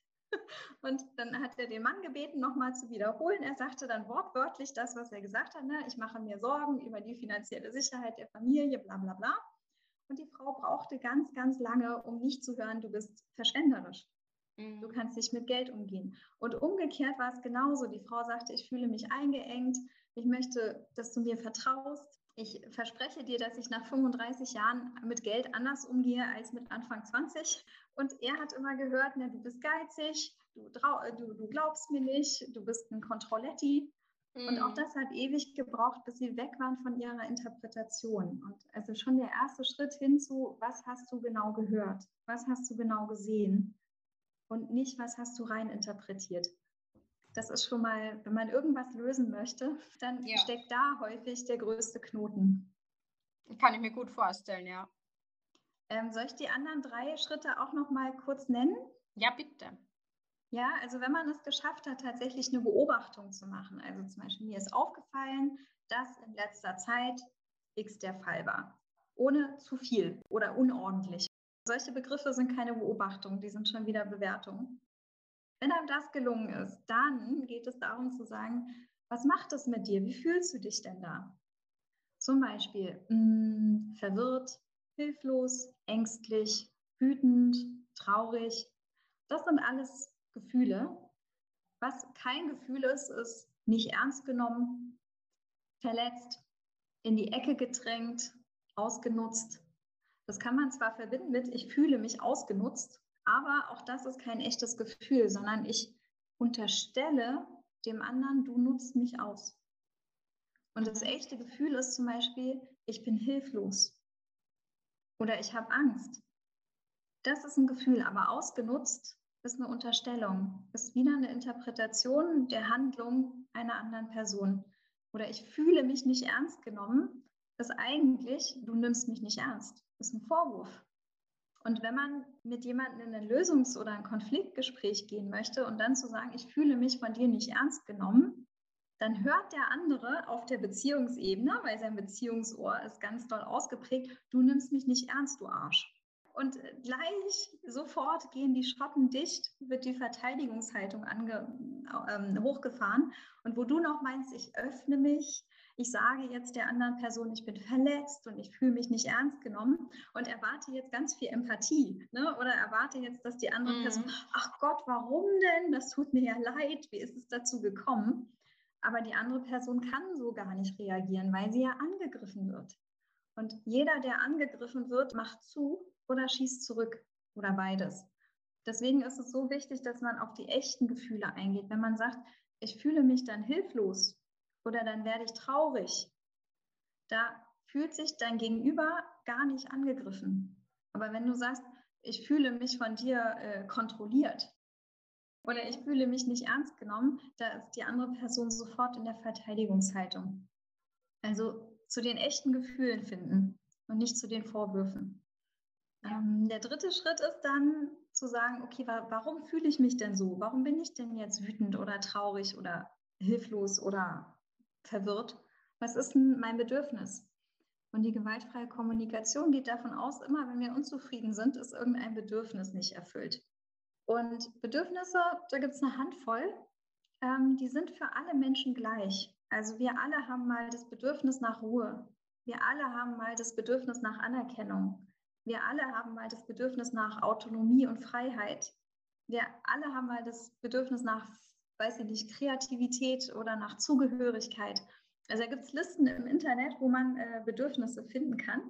Und dann hat er den Mann gebeten, nochmal zu wiederholen. Er sagte dann wortwörtlich das, was er gesagt hat. Ne? Ich mache mir Sorgen über die finanzielle Sicherheit der Familie, bla bla bla. Und die Frau brauchte ganz, ganz lange, um nicht zu hören, du bist verschwenderisch. Du kannst nicht mit Geld umgehen. Und umgekehrt war es genauso. Die Frau sagte, ich fühle mich eingeengt. Ich möchte, dass du mir vertraust. Ich verspreche dir, dass ich nach 35 Jahren mit Geld anders umgehe als mit Anfang 20. Und er hat immer gehört, ne, du bist geizig, du glaubst mir nicht, du bist ein Controlletti. Und auch das hat ewig gebraucht, bis sie weg waren von ihrer Interpretation. Und also schon der erste Schritt hinzu, was hast du genau gehört? Was hast du genau gesehen? Und nicht, was hast du rein interpretiert? Das ist schon mal, wenn man irgendwas lösen möchte, dann steckt da häufig der größte Knoten. Kann ich mir gut vorstellen, ja. Soll ich die anderen 3 Schritte auch noch mal kurz nennen? Ja, bitte. Ja, also wenn man es geschafft hat, tatsächlich eine Beobachtung zu machen, also zum Beispiel mir ist aufgefallen, dass in letzter Zeit X der Fall war, ohne zu viel oder unordentlich. Solche Begriffe sind keine Beobachtungen, die sind schon wieder Bewertungen. Wenn einem das gelungen ist, dann geht es darum zu sagen, was macht es mit dir? Wie fühlst du dich denn da? Zum Beispiel verwirrt, hilflos, ängstlich, wütend, traurig. Das sind alles Gefühle. Was kein Gefühl ist, ist nicht ernst genommen, verletzt, in die Ecke gedrängt, ausgenutzt. Das kann man zwar verbinden mit, ich fühle mich ausgenutzt, aber auch das ist kein echtes Gefühl, sondern ich unterstelle dem anderen, du nutzt mich aus. Und das echte Gefühl ist zum Beispiel, ich bin hilflos oder ich habe Angst. Das ist ein Gefühl, aber ausgenutzt ist eine Unterstellung, ist wieder eine Interpretation der Handlung einer anderen Person. Oder ich fühle mich nicht ernst genommen, ist eigentlich, du nimmst mich nicht ernst, ist ein Vorwurf. Und wenn man mit jemandem in ein Lösungs- oder ein Konfliktgespräch gehen möchte und dann zu sagen, ich fühle mich von dir nicht ernst genommen, dann hört der andere auf der Beziehungsebene, weil sein Beziehungsohr ist ganz doll ausgeprägt, du nimmst mich nicht ernst, du Arsch. Und gleich sofort gehen die Schotten dicht, wird die Verteidigungshaltung hochgefahren. Und wo du noch meinst, ich öffne mich, ich sage jetzt der anderen Person, ich bin verletzt und ich fühle mich nicht ernst genommen und erwarte jetzt ganz viel Empathie, ne? Oder erwarte jetzt, dass die andere Person, ach Gott, warum denn? Das tut mir ja leid, wie ist es dazu gekommen? Aber die andere Person kann so gar nicht reagieren, weil sie ja angegriffen wird. Und jeder, der angegriffen wird, macht zu oder schießt zurück oder beides. Deswegen ist es so wichtig, dass man auf die echten Gefühle eingeht. Wenn man sagt, ich fühle mich dann hilflos oder dann werde ich traurig. Da fühlt sich dein Gegenüber gar nicht angegriffen. Aber wenn du sagst, ich fühle mich von dir kontrolliert oder ich fühle mich nicht ernst genommen, da ist die andere Person sofort in der Verteidigungshaltung. Also zu den echten Gefühlen finden und nicht zu den Vorwürfen. Der dritte Schritt ist dann zu sagen, okay, warum fühle ich mich denn so? Warum bin ich denn jetzt wütend oder traurig oder hilflos oder verwirrt? Was ist denn mein Bedürfnis? Und die gewaltfreie Kommunikation geht davon aus, immer wenn wir unzufrieden sind, ist irgendein Bedürfnis nicht erfüllt. Und Bedürfnisse, da gibt es eine Handvoll, die sind für alle Menschen gleich. Also wir alle haben mal das Bedürfnis nach Ruhe. Wir alle haben mal das Bedürfnis nach Anerkennung. Wir alle haben mal das Bedürfnis nach Autonomie und Freiheit. Wir alle haben mal das Bedürfnis nach, weiß ich nicht, Kreativität oder nach Zugehörigkeit. Also da gibt es Listen im Internet, wo man Bedürfnisse finden kann.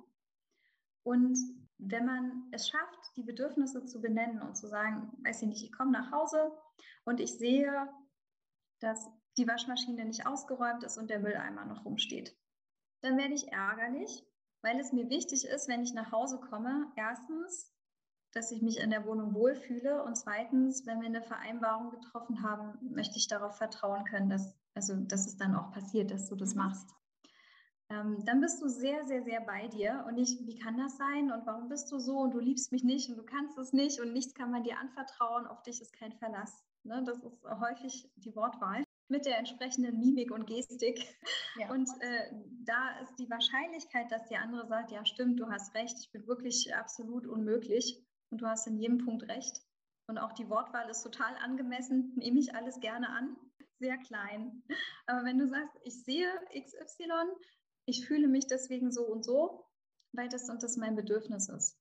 Und wenn man es schafft, die Bedürfnisse zu benennen und zu sagen, weiß ich nicht, ich komme nach Hause und ich sehe, dass die Waschmaschine nicht ausgeräumt ist und der Mülleimer noch rumsteht, dann werde ich ärgerlich, weil es mir wichtig ist, wenn ich nach Hause komme, erstens, dass ich mich in der Wohnung wohlfühle und zweitens, wenn wir eine Vereinbarung getroffen haben, möchte ich darauf vertrauen können, dass es dann auch passiert, dass du das machst. Dann bist du sehr, sehr, sehr bei dir und nicht, wie kann das sein und warum bist du so und du liebst mich nicht und du kannst es nicht und nichts kann man dir anvertrauen, auf dich ist kein Verlass. Ne? Das ist häufig die Wortwahl mit der entsprechenden Mimik und Gestik. Ja. Und da ist die Wahrscheinlichkeit, dass die andere sagt, ja stimmt, du hast recht, ich bin wirklich absolut unmöglich und du hast in jedem Punkt recht. Und auch die Wortwahl ist total angemessen, nehme ich alles gerne an, sehr klein. Aber wenn du sagst, ich sehe XY, ich fühle mich deswegen so und so, weil das und das mein Bedürfnis ist.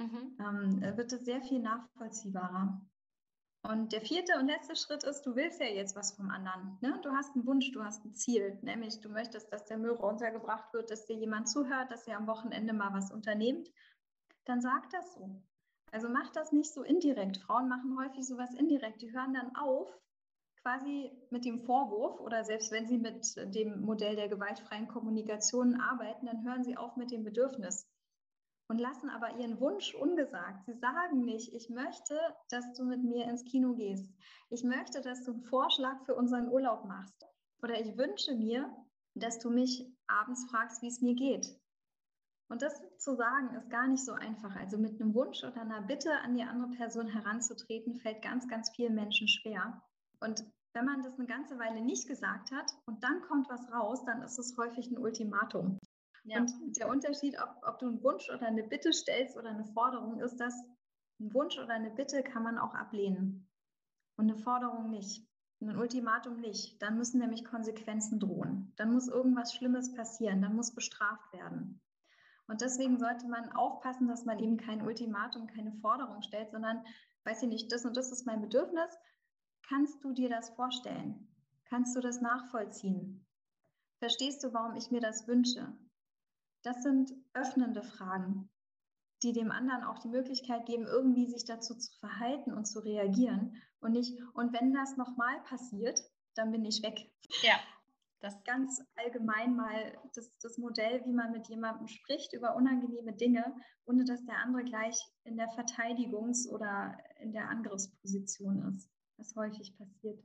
Wird es sehr viel nachvollziehbarer. Und der vierte und letzte Schritt ist, du willst ja jetzt was vom anderen. Ne? Du hast einen Wunsch, du hast ein Ziel, nämlich du möchtest, dass der Müll runtergebracht wird, dass dir jemand zuhört, dass ihr am Wochenende mal was unternehmt. Dann sag das so. Also mach das nicht so indirekt. Frauen machen häufig sowas indirekt. Die hören dann auf, quasi mit dem Vorwurf oder selbst wenn sie mit dem Modell der gewaltfreien Kommunikation arbeiten, dann hören sie auf mit dem Bedürfnis und lassen aber ihren Wunsch ungesagt. Sie sagen nicht, ich möchte, dass du mit mir ins Kino gehst. Ich möchte, dass du einen Vorschlag für unseren Urlaub machst. Oder ich wünsche mir, dass du mich abends fragst, wie es mir geht. Und das zu sagen, ist gar nicht so einfach. Also mit einem Wunsch oder einer Bitte an die andere Person heranzutreten, fällt ganz, ganz vielen Menschen schwer. Und wenn man das eine ganze Weile nicht gesagt hat und dann kommt was raus, dann ist es häufig ein Ultimatum. Ja. Und der Unterschied, ob du einen Wunsch oder eine Bitte stellst oder eine Forderung, ist, dass ein Wunsch oder eine Bitte kann man auch ablehnen und eine Forderung nicht. Und ein Ultimatum nicht. Dann müssen nämlich Konsequenzen drohen. Dann muss irgendwas Schlimmes passieren. Dann muss bestraft werden. Und deswegen sollte man aufpassen, dass man eben kein Ultimatum, keine Forderung stellt, sondern, weiß ich nicht, das und das ist mein Bedürfnis. Kannst du dir das vorstellen? Kannst du das nachvollziehen? Verstehst du, warum ich mir das wünsche? Das sind öffnende Fragen, die dem anderen auch die Möglichkeit geben, irgendwie sich dazu zu verhalten und zu reagieren und nicht, und wenn das nochmal passiert, dann bin ich weg. Ja. Das ganz allgemein mal das Modell, wie man mit jemandem spricht über unangenehme Dinge, ohne dass der andere gleich in der Verteidigungs- oder in der Angriffsposition ist, was häufig passiert.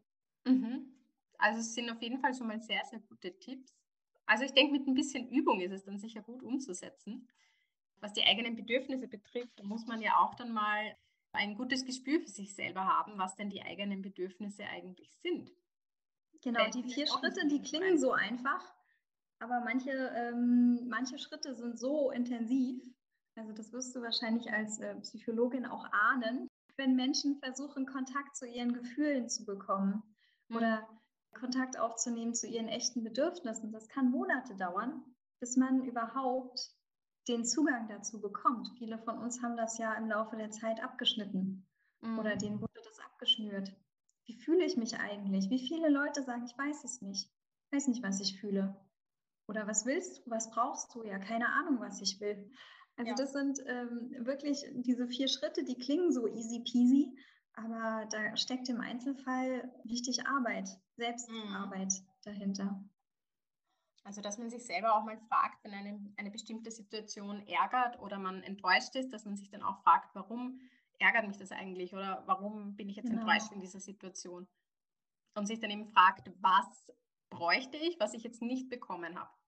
Also es sind auf jeden Fall schon mal sehr, sehr gute Tipps. Also ich denke, mit ein bisschen Übung ist es dann sicher gut umzusetzen. Was die eigenen Bedürfnisse betrifft, da muss man ja auch dann mal ein gutes Gespür für sich selber haben, was denn die eigenen Bedürfnisse eigentlich sind. Genau, die 4 Schritte, die klingen so einfach, aber manche Schritte sind so intensiv. Also das wirst du wahrscheinlich als Psychologin auch ahnen, wenn Menschen versuchen, Kontakt zu ihren Gefühlen zu bekommen oder Kontakt aufzunehmen zu ihren echten Bedürfnissen. Das kann Monate dauern, bis man überhaupt den Zugang dazu bekommt. Viele von uns haben das ja im Laufe der Zeit abgeschnitten oder denen wurde das abgeschnürt. Wie fühle ich mich eigentlich? Wie viele Leute sagen, ich weiß es nicht. Ich weiß nicht, was ich fühle. Oder was willst du? Was brauchst du? Ja, keine Ahnung, was ich will. Also das sind wirklich diese 4 Schritte, die klingen so easy peasy, aber da steckt im Einzelfall richtig Arbeit, Selbstarbeit dahinter. Also, dass man sich selber auch mal fragt, wenn eine bestimmte Situation ärgert oder man enttäuscht ist, dass man sich dann auch fragt: „Warum ärgert mich das eigentlich?“ Oder „Warum bin ich jetzt enttäuscht Genau, in dieser Situation?“ Und sich dann eben fragt: „Was bräuchte ich, was ich jetzt nicht bekommen habe?“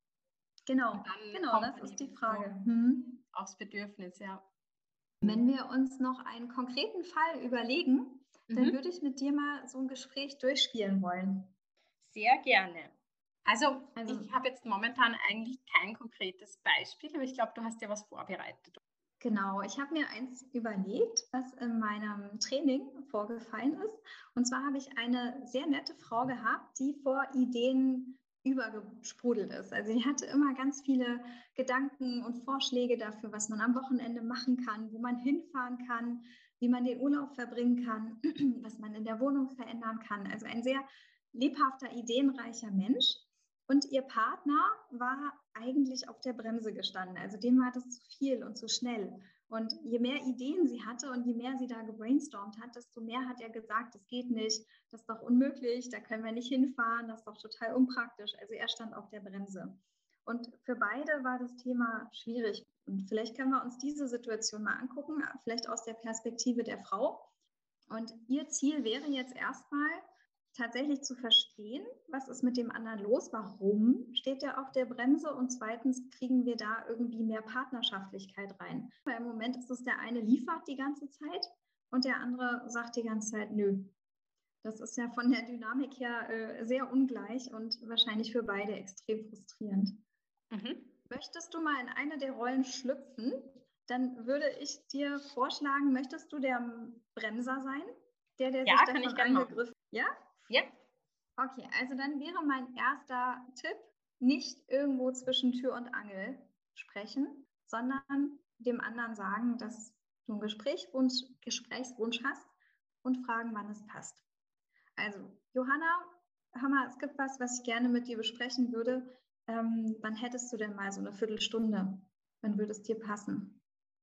Und genau, dann genau, kommt das man ist die eben so Frage. aufs Bedürfnis, ja. Wenn wir uns noch einen konkreten Fall überlegen, dann Mhm. würde ich mit dir mal so ein Gespräch durchspielen wollen. Sehr gerne. Also, Also ich habe jetzt momentan eigentlich kein konkretes Beispiel, aber ich glaube, du hast ja was vorbereitet. genau, ich habe mir eins überlegt, was in meinem Training vorgefallen ist. Und zwar habe ich eine sehr nette Frau gehabt, die vor Ideen übergesprudelt ist. Also die hatte immer ganz viele Gedanken und Vorschläge dafür, was man am Wochenende machen kann, wo man hinfahren kann, wie man den Urlaub verbringen kann, was man in der Wohnung verändern kann. Also ein sehr lebhafter, ideenreicher Mensch. Und ihr Partner war eigentlich auf der Bremse gestanden. Also dem war das zu viel und zu schnell. Und je mehr Ideen sie hatte und je mehr sie da gebrainstormt hat, desto mehr hat er gesagt, das geht nicht, das ist doch unmöglich, da können wir nicht hinfahren, das ist doch total unpraktisch. Also er stand auf der Bremse. Und für beide war das Thema schwierig. Und vielleicht können wir uns diese Situation mal angucken, vielleicht aus der Perspektive der Frau. Und ihr Ziel wäre jetzt erstmal tatsächlich zu verstehen, was ist mit dem anderen los, warum steht er auf der Bremse und zweitens kriegen wir da irgendwie mehr Partnerschaftlichkeit rein. Weil im Moment ist es der eine liefert die ganze Zeit und der andere sagt die ganze Zeit nö. Das ist ja von der Dynamik her sehr ungleich und wahrscheinlich für beide extrem frustrierend. Mhm. Möchtest du mal in eine der Rollen schlüpfen? Dann würde ich dir vorschlagen, möchtest du der Bremser sein? Der sich Ja, kann ich davon gern machen. angegriffen. Ja? Ja. Okay, also dann wäre mein erster Tipp, nicht irgendwo zwischen Tür und Angel sprechen, sondern dem anderen sagen, dass du einen Gesprächswunsch hast und fragen, wann es passt. Also, Johanna, hör mal, es gibt was, was ich gerne mit dir besprechen würde. Wann hättest du denn mal so eine Viertelstunde? Wann würde es dir passen?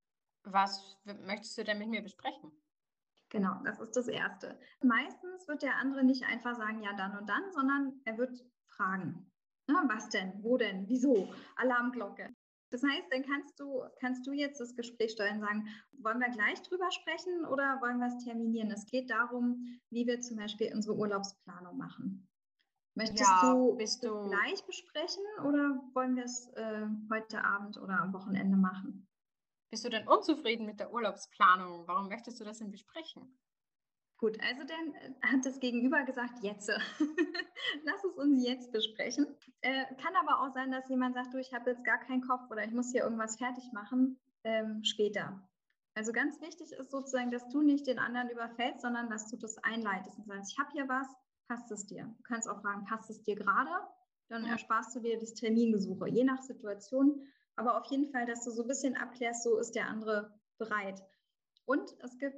Möchtest du denn mit mir besprechen? Genau, das ist das Erste. Meistens wird der andere nicht einfach sagen, ja, dann und dann, sondern er wird fragen. Na, was denn? Wo denn? Wieso? Alarmglocke. Das heißt, dann kannst du jetzt das Gespräch steuern und sagen, wollen wir gleich drüber sprechen oder wollen wir es terminieren? Es geht darum, wie wir zum Beispiel unsere Urlaubsplanung machen. Möchtest Ja, du das gleich besprechen oder wollen wir es heute Abend oder am Wochenende machen? bist du denn unzufrieden mit der Urlaubsplanung? Warum möchtest du das denn besprechen? Gut, also dann hat das Gegenüber gesagt, jetzt. Lass es uns jetzt besprechen. Kann aber auch sein, dass jemand sagt, du, ich habe jetzt gar keinen Kopf oder ich muss hier irgendwas fertig machen, später. Also ganz wichtig ist sozusagen, dass du nicht den anderen überfällst, sondern dass du das einleitest und sagst, ich habe hier was, passt es dir? Du kannst auch fragen, passt es dir gerade? Dann Mhm. ersparst du dir das Termingesuche, je nach Situation. Aber auf jeden Fall, dass du so ein bisschen abklärst, so ist der andere bereit. Und es gibt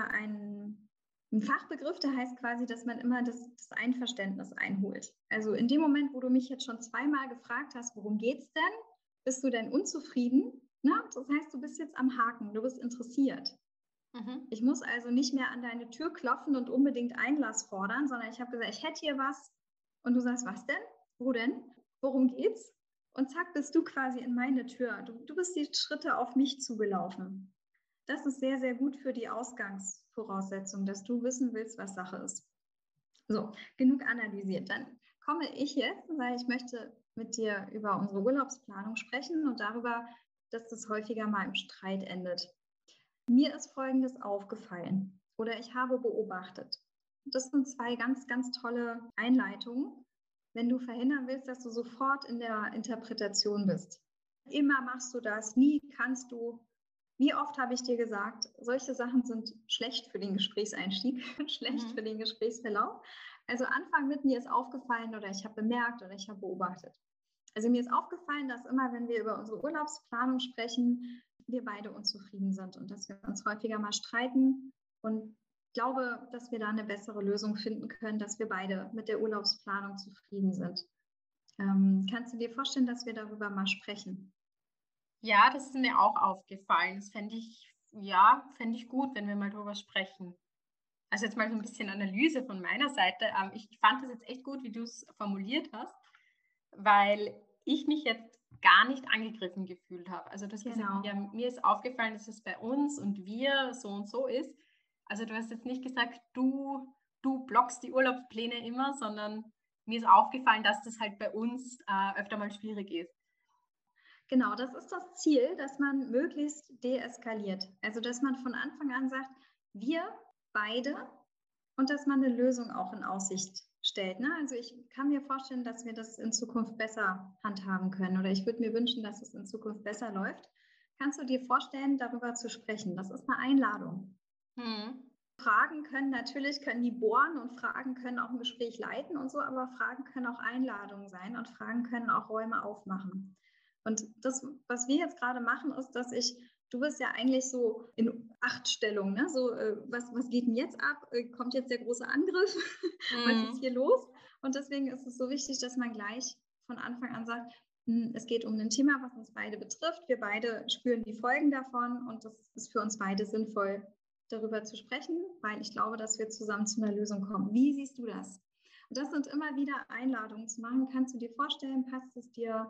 einen Fachbegriff, der heißt quasi, dass man immer das Einverständnis einholt. Also in dem Moment, wo du mich jetzt schon zweimal gefragt hast, worum geht's denn? Bist du denn unzufrieden? Na, das heißt, du bist jetzt am Haken, du bist interessiert. Mhm. Ich muss also nicht mehr an deine Tür klopfen und unbedingt Einlass fordern, sondern ich habe gesagt, ich hätte hier was. Und du sagst, was denn? Wo denn? Worum geht's? Und zack, bist du quasi in meine Tür. Du bist die Schritte auf mich zugelaufen. Das ist sehr, sehr gut für die Ausgangsvoraussetzung, dass du wissen willst, was Sache ist. So, genug analysiert. Dann komme ich jetzt und sage, ich möchte mit dir über unsere Urlaubsplanung sprechen und darüber, dass das häufiger mal im Streit endet. Mir ist Folgendes aufgefallen oder ich habe beobachtet. Das sind zwei ganz, ganz tolle Einleitungen, wenn du verhindern willst, dass du sofort in der Interpretation bist. Immer machst du das, nie kannst du. Wie oft habe ich dir gesagt, solche Sachen sind schlecht für den Gesprächseinstieg, schlecht Mhm. für den Gesprächsverlauf. Also Anfang mit mir ist aufgefallen oder ich habe bemerkt oder ich habe beobachtet. Also mir ist aufgefallen, dass immer, wenn wir über unsere Urlaubsplanung sprechen, wir beide unzufrieden sind und dass wir uns häufiger mal streiten. Und ich glaube, dass wir da eine bessere Lösung finden können, dass wir beide mit der Urlaubsplanung zufrieden sind. Kannst du dir vorstellen, dass wir darüber mal sprechen? Ja, das ist mir auch aufgefallen. Das fände ich gut, wenn wir mal drüber sprechen. Also jetzt mal so ein bisschen Analyse von meiner Seite. Ich fand das jetzt echt gut, wie du es formuliert hast. weil ich mich jetzt gar nicht angegriffen gefühlt habe. Also du hast gesagt, Genau. ja, mir ist aufgefallen, dass es bei uns und wir so und so ist. Also du hast jetzt nicht gesagt, du blockst die Urlaubspläne immer, sondern mir ist aufgefallen, dass das halt bei uns öfter mal schwierig ist. Genau, das ist das Ziel, dass man möglichst deeskaliert. Also, dass man von Anfang an sagt, wir beide und dass man eine Lösung auch in Aussicht stellt. Ne? Also ich kann mir vorstellen, dass wir das in Zukunft besser handhaben können oder ich würde mir wünschen, dass es in Zukunft besser läuft. Kannst du dir vorstellen, darüber zu sprechen? Das ist eine Einladung. Hm. Fragen können die bohren und Fragen können auch ein Gespräch leiten und so, aber Fragen können auch Einladungen sein und Fragen können auch Räume aufmachen. Und das, was wir jetzt gerade machen, ist, du bist ja eigentlich so in Achtstellung, ne? So, was geht denn jetzt ab? Kommt jetzt der große Angriff? Was ist Hm. hier los? Und deswegen ist es so wichtig, dass man gleich von Anfang an sagt, es geht um ein Thema, was uns beide betrifft. Wir beide spüren die Folgen davon und das ist für uns beide sinnvoll, darüber zu sprechen, weil ich glaube, dass wir zusammen zu einer Lösung kommen. Wie siehst du das? Und das sind immer wieder Einladungen zu machen. Kannst du dir vorstellen, passt es dir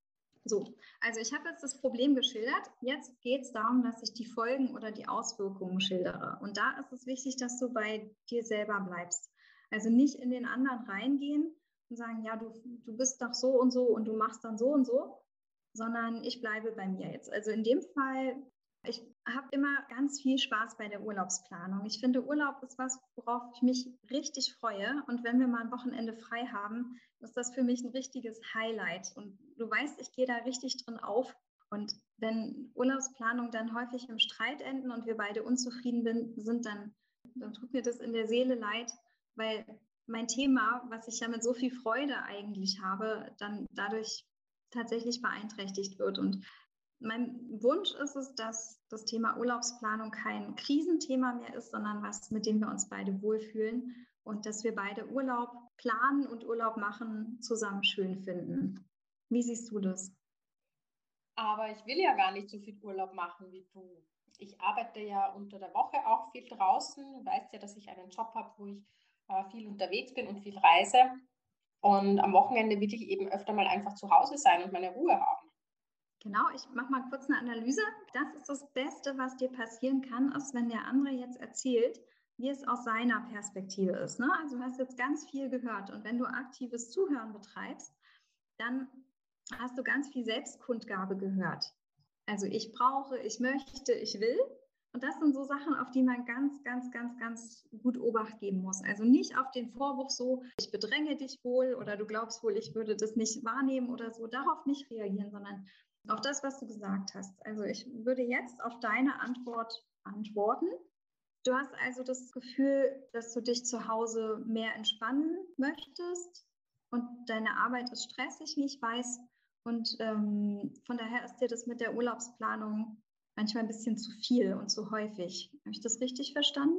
so? Also ich habe jetzt das Problem geschildert. Jetzt geht es darum, dass ich die Folgen oder die Auswirkungen schildere. Und da ist es wichtig, dass du bei dir selber bleibst. Also nicht in den anderen reingehen und sagen, ja, du bist doch so und du machst dann so und so, sondern ich bleibe bei mir jetzt. Also in dem Fall, ich habe immer ganz viel Spaß bei der Urlaubsplanung. Ich finde, Urlaub ist was, worauf ich mich richtig freue. Und wenn wir mal ein Wochenende frei haben, ist das für mich ein richtiges Highlight. Und du weißt, ich gehe da richtig drin auf. Und wenn Urlaubsplanung dann häufig im Streit enden und wir beide unzufrieden sind, dann tut mir das in der Seele leid, weil mein Thema, was ich ja mit so viel Freude eigentlich habe, dann dadurch tatsächlich beeinträchtigt wird. Und mein Wunsch ist es, dass das Thema Urlaubsplanung kein Krisenthema mehr ist, sondern was, mit dem wir uns beide wohlfühlen und dass wir beide Urlaub planen und Urlaub machen zusammen schön finden. Wie siehst du das? Aber ich will ja gar nicht so viel Urlaub machen wie du. Ich arbeite ja unter der Woche auch viel draußen. Du weißt ja, dass ich einen Job habe, wo ich viel unterwegs bin und viel reise. Und am Wochenende will ich eben öfter mal einfach zu Hause sein und meine Ruhe haben. Genau, ich mache mal kurz eine Analyse. Das ist das Beste, was dir passieren kann, ist, wenn der andere jetzt erzählt, wie es aus seiner Perspektive ist. Ne? Also du hast jetzt ganz viel gehört und wenn du aktives Zuhören betreibst, dann hast du ganz viel Selbstkundgabe gehört. Also ich brauche, ich möchte, ich will. Und das sind so Sachen, auf die man ganz, ganz, ganz, ganz gut Obacht geben muss. Also nicht auf den Vorwurf so, ich bedränge dich wohl oder du glaubst wohl, ich würde das nicht wahrnehmen oder so. Darauf nicht reagieren, sondern auf das, was du gesagt hast. Also ich würde jetzt auf deine Antwort antworten. Du hast also das Gefühl, dass du dich zu Hause mehr entspannen möchtest und deine Arbeit ist stressig, wie ich weiß. Und von daher ist dir das mit der Urlaubsplanung manchmal ein bisschen zu viel und zu häufig. Habe ich das richtig verstanden?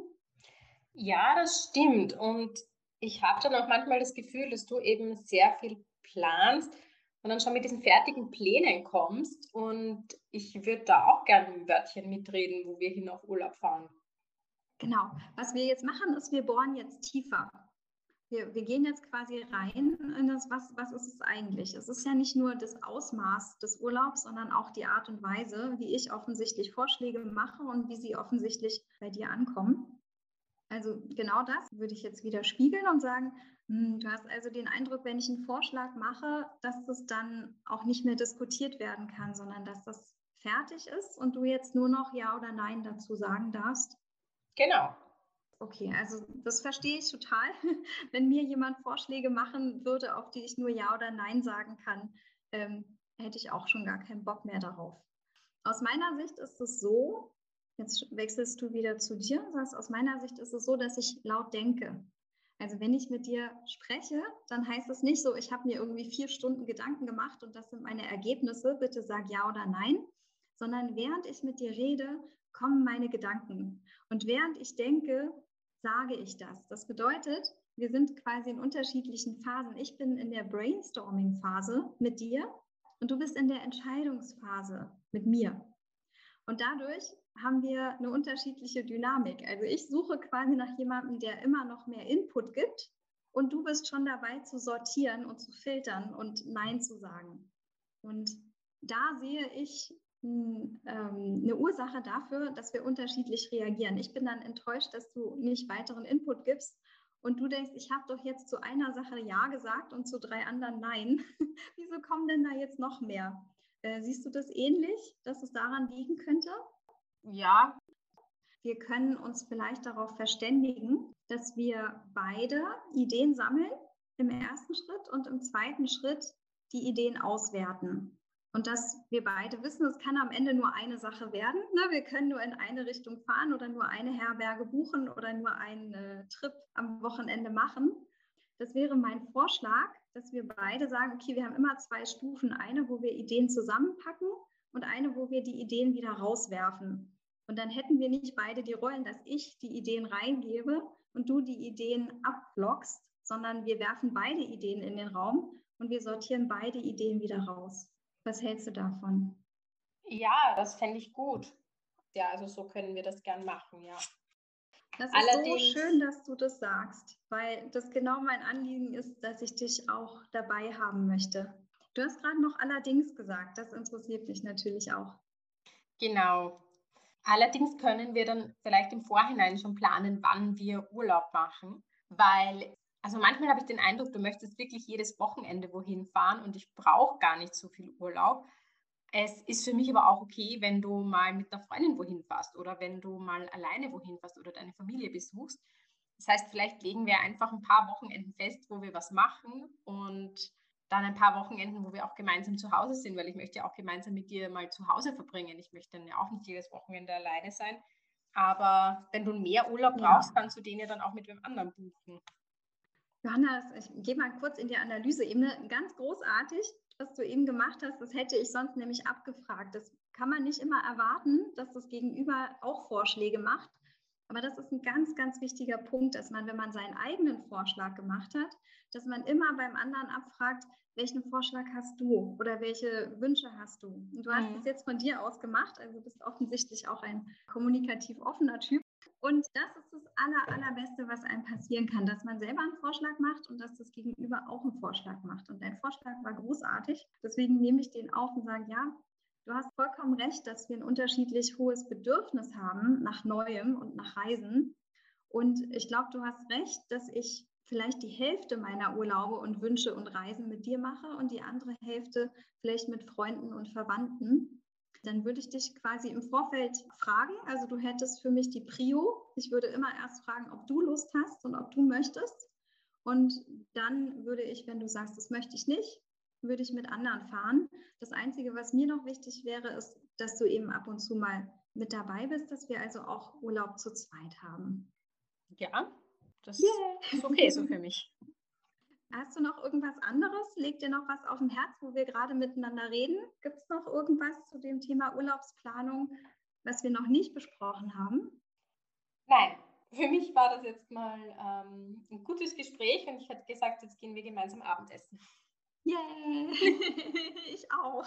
Ja, das stimmt. Und ich habe dann auch manchmal das Gefühl, dass du eben sehr viel planst und dann schon mit diesen fertigen Plänen kommst. Und ich würde da auch gerne ein Wörtchen mitreden, wo wir hin auf Urlaub fahren. Genau. Was wir jetzt machen, ist, wir bohren jetzt tiefer. Wir gehen jetzt quasi rein in das, was ist es eigentlich? Es ist ja nicht nur das Ausmaß des Urlaubs, sondern auch die Art und Weise, wie ich offensichtlich Vorschläge mache und wie sie offensichtlich bei dir ankommen. Also genau das würde ich jetzt wieder spiegeln und sagen, du hast also den Eindruck, wenn ich einen Vorschlag mache, dass das dann auch nicht mehr diskutiert werden kann, sondern dass das fertig ist und du jetzt nur noch Ja oder Nein dazu sagen darfst. Genau. Okay, also das verstehe ich total. Wenn mir jemand Vorschläge machen würde, auf die ich nur Ja oder Nein sagen kann, hätte ich auch schon gar keinen Bock mehr darauf. Aus meiner Sicht ist es so, jetzt wechselst du wieder zu dir, sagst, aus meiner Sicht ist es so, dass ich laut denke. Also wenn ich mit dir spreche, dann heißt es nicht so, ich habe mir irgendwie 4 Stunden Gedanken gemacht und das sind meine Ergebnisse, bitte sag ja oder nein, sondern während ich mit dir rede, kommen meine Gedanken. Und während ich denke, sage ich das. Das bedeutet, wir sind quasi in unterschiedlichen Phasen. Ich bin in der Brainstorming-Phase mit dir und du bist in der Entscheidungsphase mit mir. Und dadurch haben wir eine unterschiedliche Dynamik. Also ich suche quasi nach jemandem, der immer noch mehr Input gibt und du bist schon dabei zu sortieren und zu filtern und Nein zu sagen. Und da sehe ich eine Ursache dafür, dass wir unterschiedlich reagieren. Ich bin dann enttäuscht, dass du nicht weiteren Input gibst und du denkst, ich habe doch jetzt zu einer Sache Ja gesagt und zu 3 anderen Nein. Wieso kommen denn da jetzt noch mehr? Siehst du das ähnlich, dass es daran liegen könnte? Ja. Wir können uns vielleicht darauf verständigen, dass wir beide Ideen sammeln im ersten Schritt und im zweiten Schritt die Ideen auswerten. Und dass wir beide wissen, es kann am Ende nur eine Sache werden. Ne? Wir können nur in eine Richtung fahren oder nur eine Herberge buchen oder nur einen Trip am Wochenende machen. Das wäre mein Vorschlag, dass wir beide sagen, okay, wir haben immer 2 Stufen. Eine, wo wir Ideen zusammenpacken und eine, wo wir die Ideen wieder rauswerfen. Und dann hätten wir nicht beide die Rollen, dass ich die Ideen reingebe und du die Ideen abblockst, sondern wir werfen beide Ideen in den Raum und wir sortieren beide Ideen wieder raus. Was hältst du davon? Ja, das fände ich gut. Ja, also so können wir das gern machen, ja. Das ist so schön, dass du das sagst, weil das genau mein Anliegen ist, dass ich dich auch dabei haben möchte. Du hast gerade noch allerdings gesagt, das interessiert mich natürlich auch. Genau. Allerdings können wir dann vielleicht im Vorhinein schon planen, wann wir Urlaub machen, weil, also manchmal habe ich den Eindruck, du möchtest wirklich jedes Wochenende wohin fahren und ich brauche gar nicht so viel Urlaub. Es ist für mich aber auch okay, wenn du mal mit einer Freundin wohin fährst oder wenn du mal alleine wohin fährst oder deine Familie besuchst. Das heißt, vielleicht legen wir einfach ein paar Wochenenden fest, wo wir was machen und dann ein paar Wochenenden, wo wir auch gemeinsam zu Hause sind, weil ich möchte ja auch gemeinsam mit dir mal zu Hause verbringen. Ich möchte dann ja auch nicht jedes Wochenende alleine sein. Aber wenn du mehr Urlaub brauchst, kannst du den ja dann auch mit wem anderen buchen. Johanna, ich gehe mal kurz in die Analyseebene. Ganz großartig, was du eben gemacht hast. Das hätte ich sonst nämlich abgefragt. Das kann man nicht immer erwarten, dass das Gegenüber auch Vorschläge macht. Aber das ist ein ganz, ganz wichtiger Punkt, dass man, wenn man seinen eigenen Vorschlag gemacht hat, dass man immer beim anderen abfragt, welchen Vorschlag hast du oder welche Wünsche hast du? Und du hast es jetzt von dir aus gemacht, also bist offensichtlich auch ein kommunikativ offener Typ. Und das ist das Allerbeste, was einem passieren kann, dass man selber einen Vorschlag macht und dass das Gegenüber auch einen Vorschlag macht. Und dein Vorschlag war großartig. Deswegen nehme ich den auf und sage, ja, du hast vollkommen recht, dass wir ein unterschiedlich hohes Bedürfnis haben nach Neuem und nach Reisen. Und ich glaube, du hast recht, dass ich vielleicht die Hälfte meiner Urlaube und Wünsche und Reisen mit dir mache und die andere Hälfte vielleicht mit Freunden und Verwandten. Dann würde ich dich quasi im Vorfeld fragen. Also du hättest für mich die Prio. Ich würde immer erst fragen, ob du Lust hast und ob du möchtest. Und dann würde ich, wenn du sagst, das möchte ich nicht, würde ich mit anderen fahren. Das Einzige, was mir noch wichtig wäre, ist, dass du eben ab und zu mal mit dabei bist, dass wir also auch Urlaub zu zweit haben. Ja, das ist okay so für mich. Hast du noch irgendwas anderes? Legt dir noch was auf dem Herz, wo wir gerade miteinander reden? Gibt es noch irgendwas zu dem Thema Urlaubsplanung, was wir noch nicht besprochen haben? Nein, für mich war das jetzt mal ein gutes Gespräch und ich hätte gesagt, jetzt gehen wir gemeinsam Abendessen. Yeah, ich auch.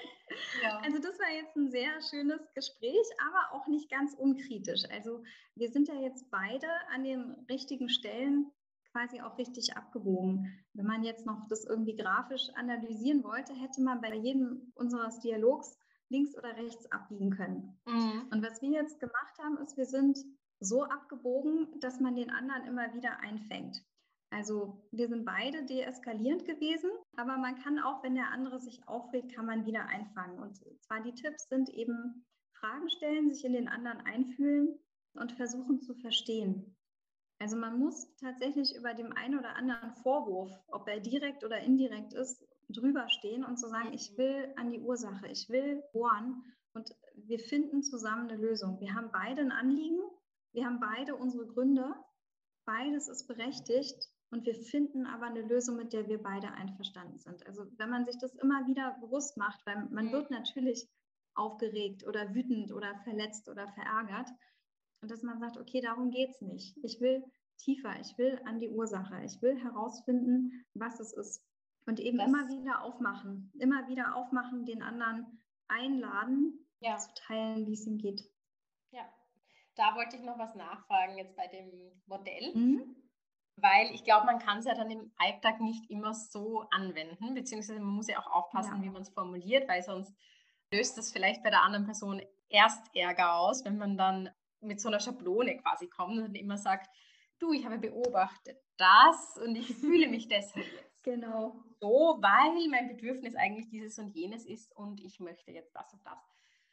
Ja. Also das war jetzt ein sehr schönes Gespräch, aber auch nicht ganz unkritisch. Also wir sind ja jetzt beide an den richtigen Stellen quasi auch richtig abgewogen. Wenn man jetzt noch das irgendwie grafisch analysieren wollte, hätte man bei jedem unseres Dialogs links oder rechts abbiegen können. Und was wir jetzt gemacht haben, ist, wir sind so abgebogen, dass man den anderen immer wieder einfängt. Also wir sind beide deeskalierend gewesen, aber man kann auch, wenn der andere sich aufregt, kann man wieder einfangen. Und zwar die Tipps sind eben Fragen stellen, sich in den anderen einfühlen und versuchen zu verstehen. Also man muss tatsächlich über dem einen oder anderen Vorwurf, ob er direkt oder indirekt ist, drüber stehen und zu sagen, ich will an die Ursache, ich will bohren und wir finden zusammen eine Lösung. Wir haben beide ein Anliegen, wir haben beide unsere Gründe, beides ist berechtigt und wir finden aber eine Lösung, mit der wir beide einverstanden sind. Also wenn man sich das immer wieder bewusst macht, weil man wird natürlich aufgeregt oder wütend oder verletzt oder verärgert und dass man sagt, okay, darum geht es nicht. Ich will tiefer, ich will an die Ursache, ich will herausfinden, was es ist und eben immer wieder aufmachen, den anderen einladen, zu teilen, wie es ihm geht. Ja, da wollte ich noch was nachfragen jetzt bei dem Modell. weil ich glaube, man kann es ja dann im Alltag nicht immer so anwenden, beziehungsweise man muss ja auch aufpassen, Ja, wie man es formuliert, weil sonst löst das vielleicht bei der anderen Person erst Ärger aus, wenn man dann mit so einer Schablone quasi kommt und immer sagt, du, ich habe beobachtet das und ich fühle mich deshalb jetzt genau. so, weil mein Bedürfnis eigentlich dieses und jenes ist und ich möchte jetzt das und das.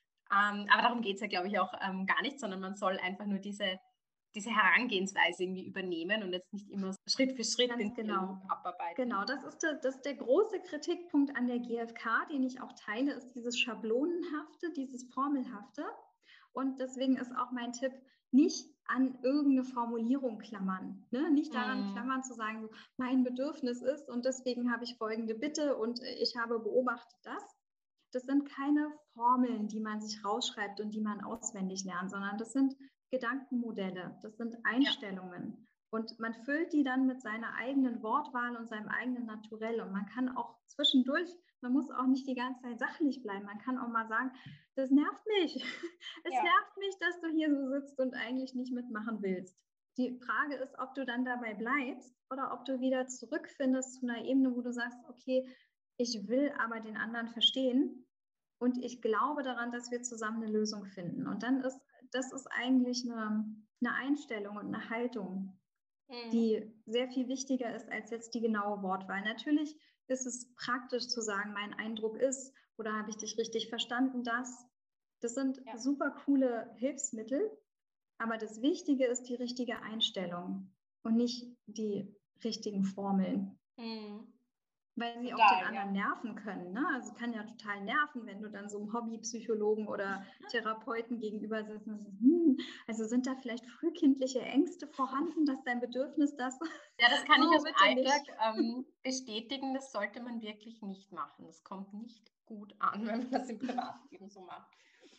Aber darum geht es ja, glaube ich, auch gar nicht, sondern man soll einfach nur diese Herangehensweise irgendwie übernehmen und jetzt nicht immer Schritt für Schritt den Ganz genau. Dialog abarbeiten. Genau, das ist der große Kritikpunkt an der GfK, den ich auch teile, ist dieses Schablonenhafte, dieses Formelhafte. Und deswegen ist auch mein Tipp, nicht an irgendeine Formulierung klammern. Ne? Nicht daran klammern zu sagen, so, mein Bedürfnis ist und deswegen habe ich folgende Bitte und ich habe beobachtet das. Das sind keine Formeln, die man sich rausschreibt und die man auswendig lernt, sondern das sind Gedankenmodelle, das sind Ja, Einstellungen. Und man füllt die dann mit seiner eigenen Wortwahl und seinem eigenen Naturell. Und man kann auch zwischendurch, man muss auch nicht die ganze Zeit sachlich bleiben. Man kann auch mal sagen, das nervt mich. Es ja. nervt mich, dass du hier so sitzt und eigentlich nicht mitmachen willst. Die Frage ist, ob du dann dabei bleibst oder ob du wieder zurückfindest zu einer Ebene, wo du sagst, okay, ich will aber den anderen verstehen und ich glaube daran, dass wir zusammen eine Lösung finden. Und dann ist das ist eigentlich eine Einstellung und eine Haltung, Mhm. die sehr viel wichtiger ist als jetzt die genaue Wortwahl. Natürlich ist es praktisch zu sagen, mein Eindruck ist, oder habe ich dich richtig verstanden, das. Das sind Ja. super coole Hilfsmittel, aber das Wichtige ist die richtige Einstellung und nicht die richtigen Formeln. Mhm. Weil sie auch den Total, ja. anderen nerven können. Ne? Also kann ja total nerven, wenn du dann so einem Hobbypsychologen oder Therapeuten gegenüber sitzt und sagst, also sind da vielleicht frühkindliche Ängste vorhanden, dass dein Bedürfnis das Ja, das kann ich so aus dem bitte Alltag nicht. bestätigen. Das sollte man wirklich nicht machen. Das kommt nicht gut an, wenn man das im Privatleben so macht.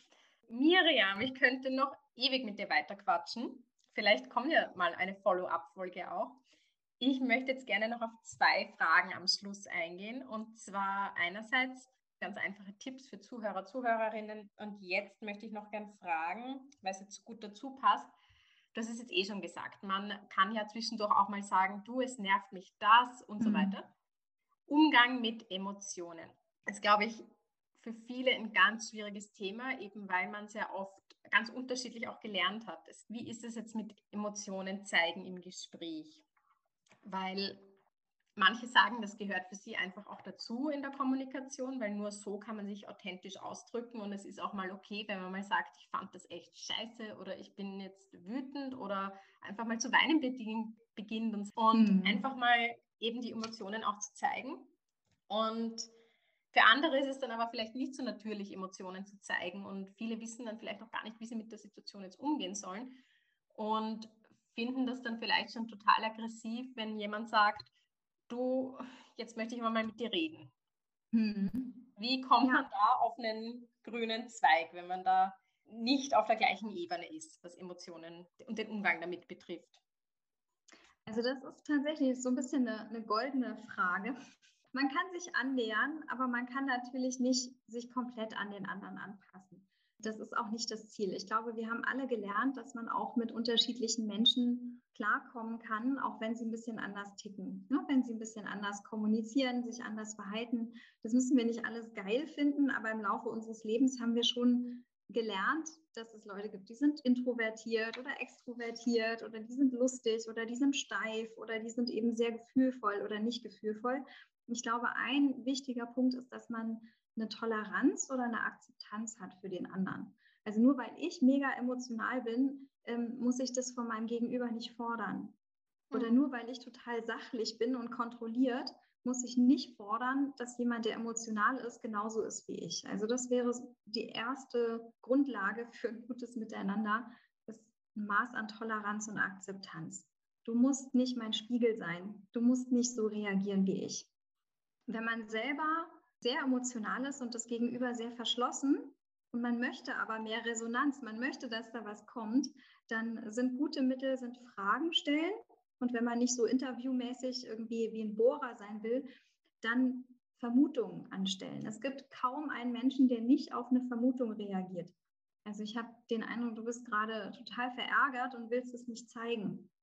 Miriam, ich könnte noch ewig mit dir weiterquatschen. Vielleicht kommt ja mal eine Follow-up-Folge auch. Ich möchte jetzt gerne noch auf 2 Fragen am Schluss eingehen. Und zwar einerseits ganz einfache Tipps für Zuhörer, Zuhörerinnen. Und jetzt möchte ich noch gerne fragen, weil es jetzt gut dazu passt. Du hast es jetzt eh schon gesagt. Man kann ja zwischendurch auch mal sagen, du, es nervt mich das und so Hm. weiter. Umgang mit Emotionen. Das ist, glaube ich, für viele ein ganz schwieriges Thema, eben weil man es ja oft ganz unterschiedlich auch gelernt hat. Wie ist es jetzt mit Emotionen zeigen im Gespräch? Weil manche sagen, das gehört für sie einfach auch dazu in der Kommunikation, weil nur so kann man sich authentisch ausdrücken und es ist auch mal okay, wenn man mal sagt, ich fand das echt scheiße oder ich bin jetzt wütend oder einfach mal zu weinen beginnt und Hm. einfach mal eben die Emotionen auch zu zeigen. Und für andere ist es dann aber vielleicht nicht so natürlich, Emotionen zu zeigen und viele wissen dann vielleicht auch gar nicht, wie sie mit der Situation jetzt umgehen sollen und finden das dann vielleicht schon total aggressiv, wenn jemand sagt, du, jetzt möchte ich mal mit dir reden. Hm. Wie kommt man Ja, da auf einen grünen Zweig, wenn man da nicht auf der gleichen Ebene ist, was Emotionen und den Umgang damit betrifft? also das ist tatsächlich so ein bisschen eine goldene Frage. Man kann sich annähern, aber man kann natürlich nicht sich komplett an den anderen anpassen. Das ist auch nicht das Ziel. Ich glaube, wir haben alle gelernt, dass man auch mit unterschiedlichen Menschen klarkommen kann, auch wenn sie ein bisschen anders ticken, ne? Wenn sie ein bisschen anders kommunizieren, sich anders verhalten. Das müssen wir nicht alles geil finden, aber im Laufe unseres Lebens haben wir schon gelernt, dass es Leute gibt, die sind introvertiert oder extrovertiert oder die sind lustig oder die sind steif oder die sind eben sehr gefühlvoll oder nicht gefühlvoll. Ich glaube, ein wichtiger Punkt ist, dass man eine Toleranz oder eine Akzeptanz hat für den anderen. Also nur weil ich mega emotional bin, muss ich das von meinem Gegenüber nicht fordern. Oder Hm. nur weil ich total sachlich bin und kontrolliert, muss ich nicht fordern, dass jemand, der emotional ist, genauso ist wie ich. Also das wäre die erste Grundlage für ein gutes Miteinander, ist ein Maß an Toleranz und Akzeptanz. Du musst nicht mein Spiegel sein. Du musst nicht so reagieren wie ich. Wenn man selber sehr emotional ist und das Gegenüber sehr verschlossen und man möchte aber mehr Resonanz, man möchte, dass da was kommt, dann sind gute Mittel, sind Fragen stellen. Und wenn man nicht so interviewmäßig irgendwie wie ein Bohrer sein will, dann Vermutungen anstellen. Es gibt kaum einen Menschen, der nicht auf eine Vermutung reagiert. Also ich habe den Eindruck, du bist gerade total verärgert und willst es nicht zeigen.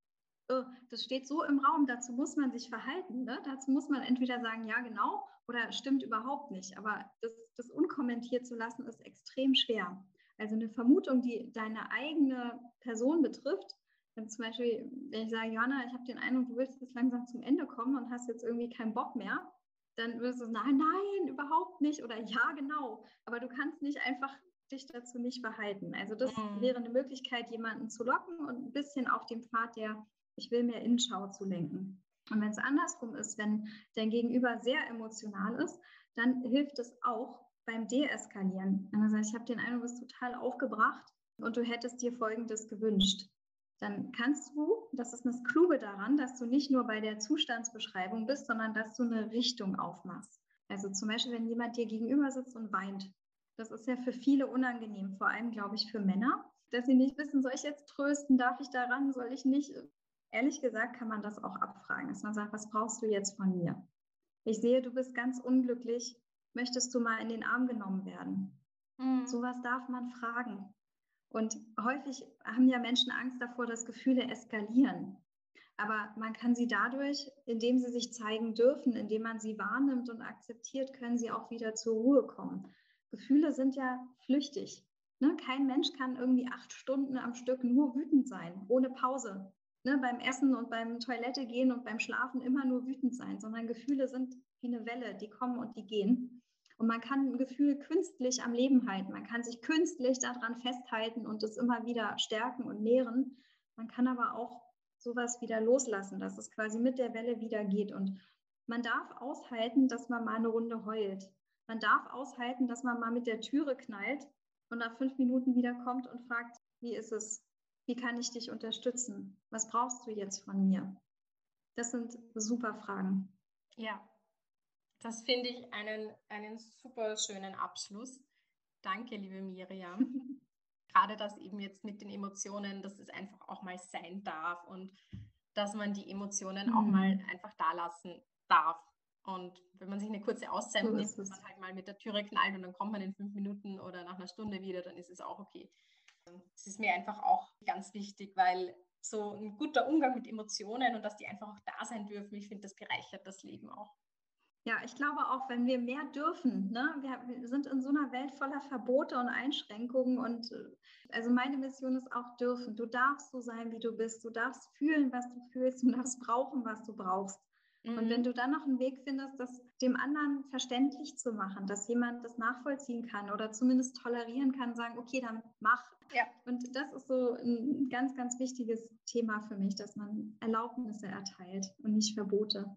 das steht so im Raum, dazu muss man sich verhalten. Ne? Dazu muss man entweder sagen, ja, genau, oder stimmt überhaupt nicht. Aber das unkommentiert zu lassen, ist extrem schwer. Also eine Vermutung, die deine eigene Person betrifft, wenn zum Beispiel, wenn ich sage, Johanna, ich habe den Eindruck, du willst jetzt langsam zum Ende kommen und hast jetzt irgendwie keinen Bock mehr, dann wirst du sagen, nein, überhaupt nicht oder ja, genau. Aber du kannst nicht einfach dich dazu nicht verhalten. Also das wäre eine Möglichkeit, jemanden zu locken und ein bisschen auf dem Pfad der ich will mehr Innenschau zu lenken. Und wenn es andersrum ist, wenn dein Gegenüber sehr emotional ist, dann hilft es auch beim Deeskalieren. Wenn du sagst, ich habe den Eindruck, du bist total aufgebracht und du hättest dir Folgendes gewünscht. Dann kannst du, das ist das Kluge daran, dass du nicht nur bei der Zustandsbeschreibung bist, sondern dass du eine Richtung aufmachst. Also zum Beispiel, wenn jemand dir gegenüber sitzt und weint. Das ist ja für viele unangenehm, vor allem, glaube ich, für Männer, dass sie nicht wissen, soll ich jetzt trösten, darf ich daran, soll ich nicht. Ehrlich gesagt kann man das auch abfragen, dass man sagt, was brauchst du jetzt von mir? Ich sehe, du bist ganz unglücklich. Möchtest du mal in den Arm genommen werden? Sowas darf man fragen. Und häufig haben ja Menschen Angst davor, dass Gefühle eskalieren. Aber man kann sie dadurch, indem sie sich zeigen dürfen, indem man sie wahrnimmt und akzeptiert, können sie auch wieder zur Ruhe kommen. Gefühle sind ja flüchtig. Ne? Kein Mensch kann irgendwie 8 Stunden am Stück nur wütend sein, ohne Pause. Ne? Beim Essen und beim Toilette gehen und beim Schlafen immer nur wütend sein, sondern Gefühle sind wie eine Welle, die kommen und die gehen. Und man kann ein Gefühl künstlich am Leben halten. Man kann sich künstlich daran festhalten und es immer wieder stärken und nähren. Man kann aber auch sowas wieder loslassen, dass es quasi mit der Welle wieder geht. Und man darf aushalten, dass man mal eine Runde heult. Man darf aushalten, dass man mal mit der Türe knallt und nach 5 Minuten wieder kommt und fragt, wie ist es? Wie kann ich dich unterstützen? Was brauchst du jetzt von mir? Das sind super Fragen. Ja, das finde ich einen super schönen Abschluss. Danke, liebe Miriam. Gerade das eben jetzt mit den Emotionen, dass es einfach auch mal sein darf und dass man die Emotionen auch mal einfach da lassen darf. Und wenn man sich eine kurze Auszeit nimmt, dass man halt mal mit der Türe knallt und dann kommt man in 5 Minuten oder nach einer Stunde wieder, dann ist es auch okay. Es ist mir einfach auch ganz wichtig, weil so ein guter Umgang mit Emotionen und dass die einfach auch da sein dürfen, ich finde, das bereichert das Leben auch. Ja, ich glaube auch, wenn wir mehr dürfen, ne? Wir sind in so einer Welt voller Verbote und Einschränkungen und also meine Mission ist auch dürfen. Du darfst so sein, wie du bist. Du darfst fühlen, was du fühlst. Du darfst brauchen, was du brauchst. Und wenn du dann noch einen Weg findest, das dem anderen verständlich zu machen, dass jemand das nachvollziehen kann oder zumindest tolerieren kann, sagen, okay, dann mach. Ja. Und das ist so ein ganz, ganz wichtiges Thema für mich, dass man Erlaubnisse erteilt und nicht Verbote.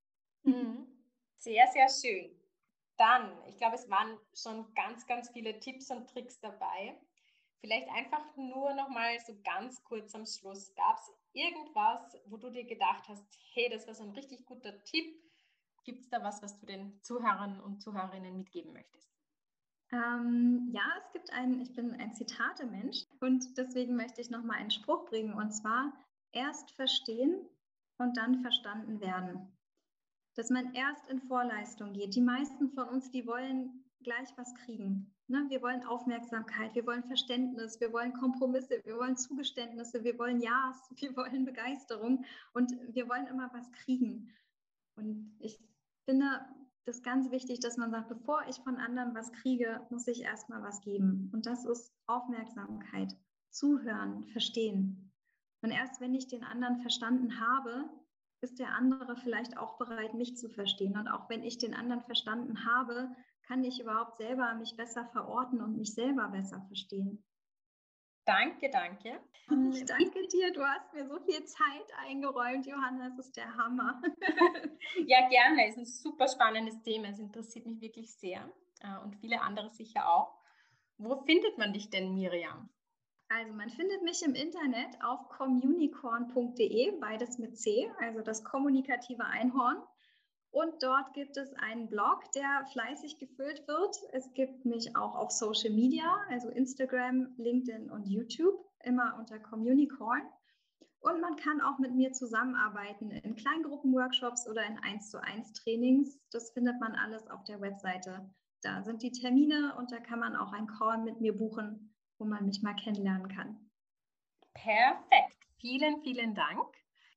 Sehr, sehr schön. Dann, ich glaube, es waren schon ganz, ganz viele Tipps und Tricks dabei. Vielleicht einfach nur noch mal so ganz kurz am Schluss. Gab es irgendwas, wo du dir gedacht hast, hey, das war so ein richtig guter Tipp? Gibt es da was, was du den Zuhörern und Zuhörerinnen mitgeben möchtest? Ja, es gibt ich bin ein Zitate-Mensch und deswegen möchte ich noch mal einen Spruch bringen und zwar erst verstehen und dann verstanden werden. Dass man erst in Vorleistung geht. Die meisten von uns, die wollen gleich was kriegen. Ne? Wir wollen Aufmerksamkeit, wir wollen Verständnis, wir wollen Kompromisse, wir wollen Zugeständnisse, wir wollen Ja's, wir wollen Begeisterung und wir wollen immer was kriegen. Und ich finde das ganz wichtig, dass man sagt, bevor ich von anderen was kriege, muss ich erstmal was geben. Und das ist Aufmerksamkeit, zuhören, verstehen. Und erst wenn ich den anderen verstanden habe, ist der andere vielleicht auch bereit, mich zu verstehen. Und auch wenn ich den anderen verstanden habe, kann ich überhaupt selber mich besser verorten und mich selber besser verstehen. Danke, danke. Ich danke dir, du hast mir so viel Zeit eingeräumt, Johanna, das ist der Hammer. Ja, gerne, es ist ein super spannendes Thema, es interessiert mich wirklich sehr und viele andere sicher auch. Wo findet man dich denn, Miriam? Also man findet mich im Internet auf communicorn.de, beides mit C, also das kommunikative Einhorn. Und dort gibt es einen Blog, der fleißig gefüllt wird. Es gibt mich auch auf Social Media, also Instagram, LinkedIn und YouTube, immer unter Communicorn. Und man kann auch mit mir zusammenarbeiten in Kleingruppenworkshops oder in 1:1 Trainings. Das findet man alles auf der Webseite. Da sind die Termine und da kann man auch einen Call mit mir buchen, wo man mich mal kennenlernen kann. Perfekt. Vielen, vielen Dank.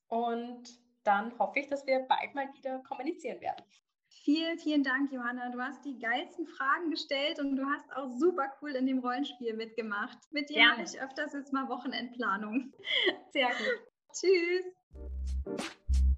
Und dann hoffe ich, dass wir bald mal wieder kommunizieren werden. Vielen, vielen Dank, Johanna. Du hast die geilsten Fragen gestellt und du hast auch super cool in dem Rollenspiel mitgemacht. Mit dir mache ich öfters jetzt mal Wochenendplanung. Sehr gut. Tschüss.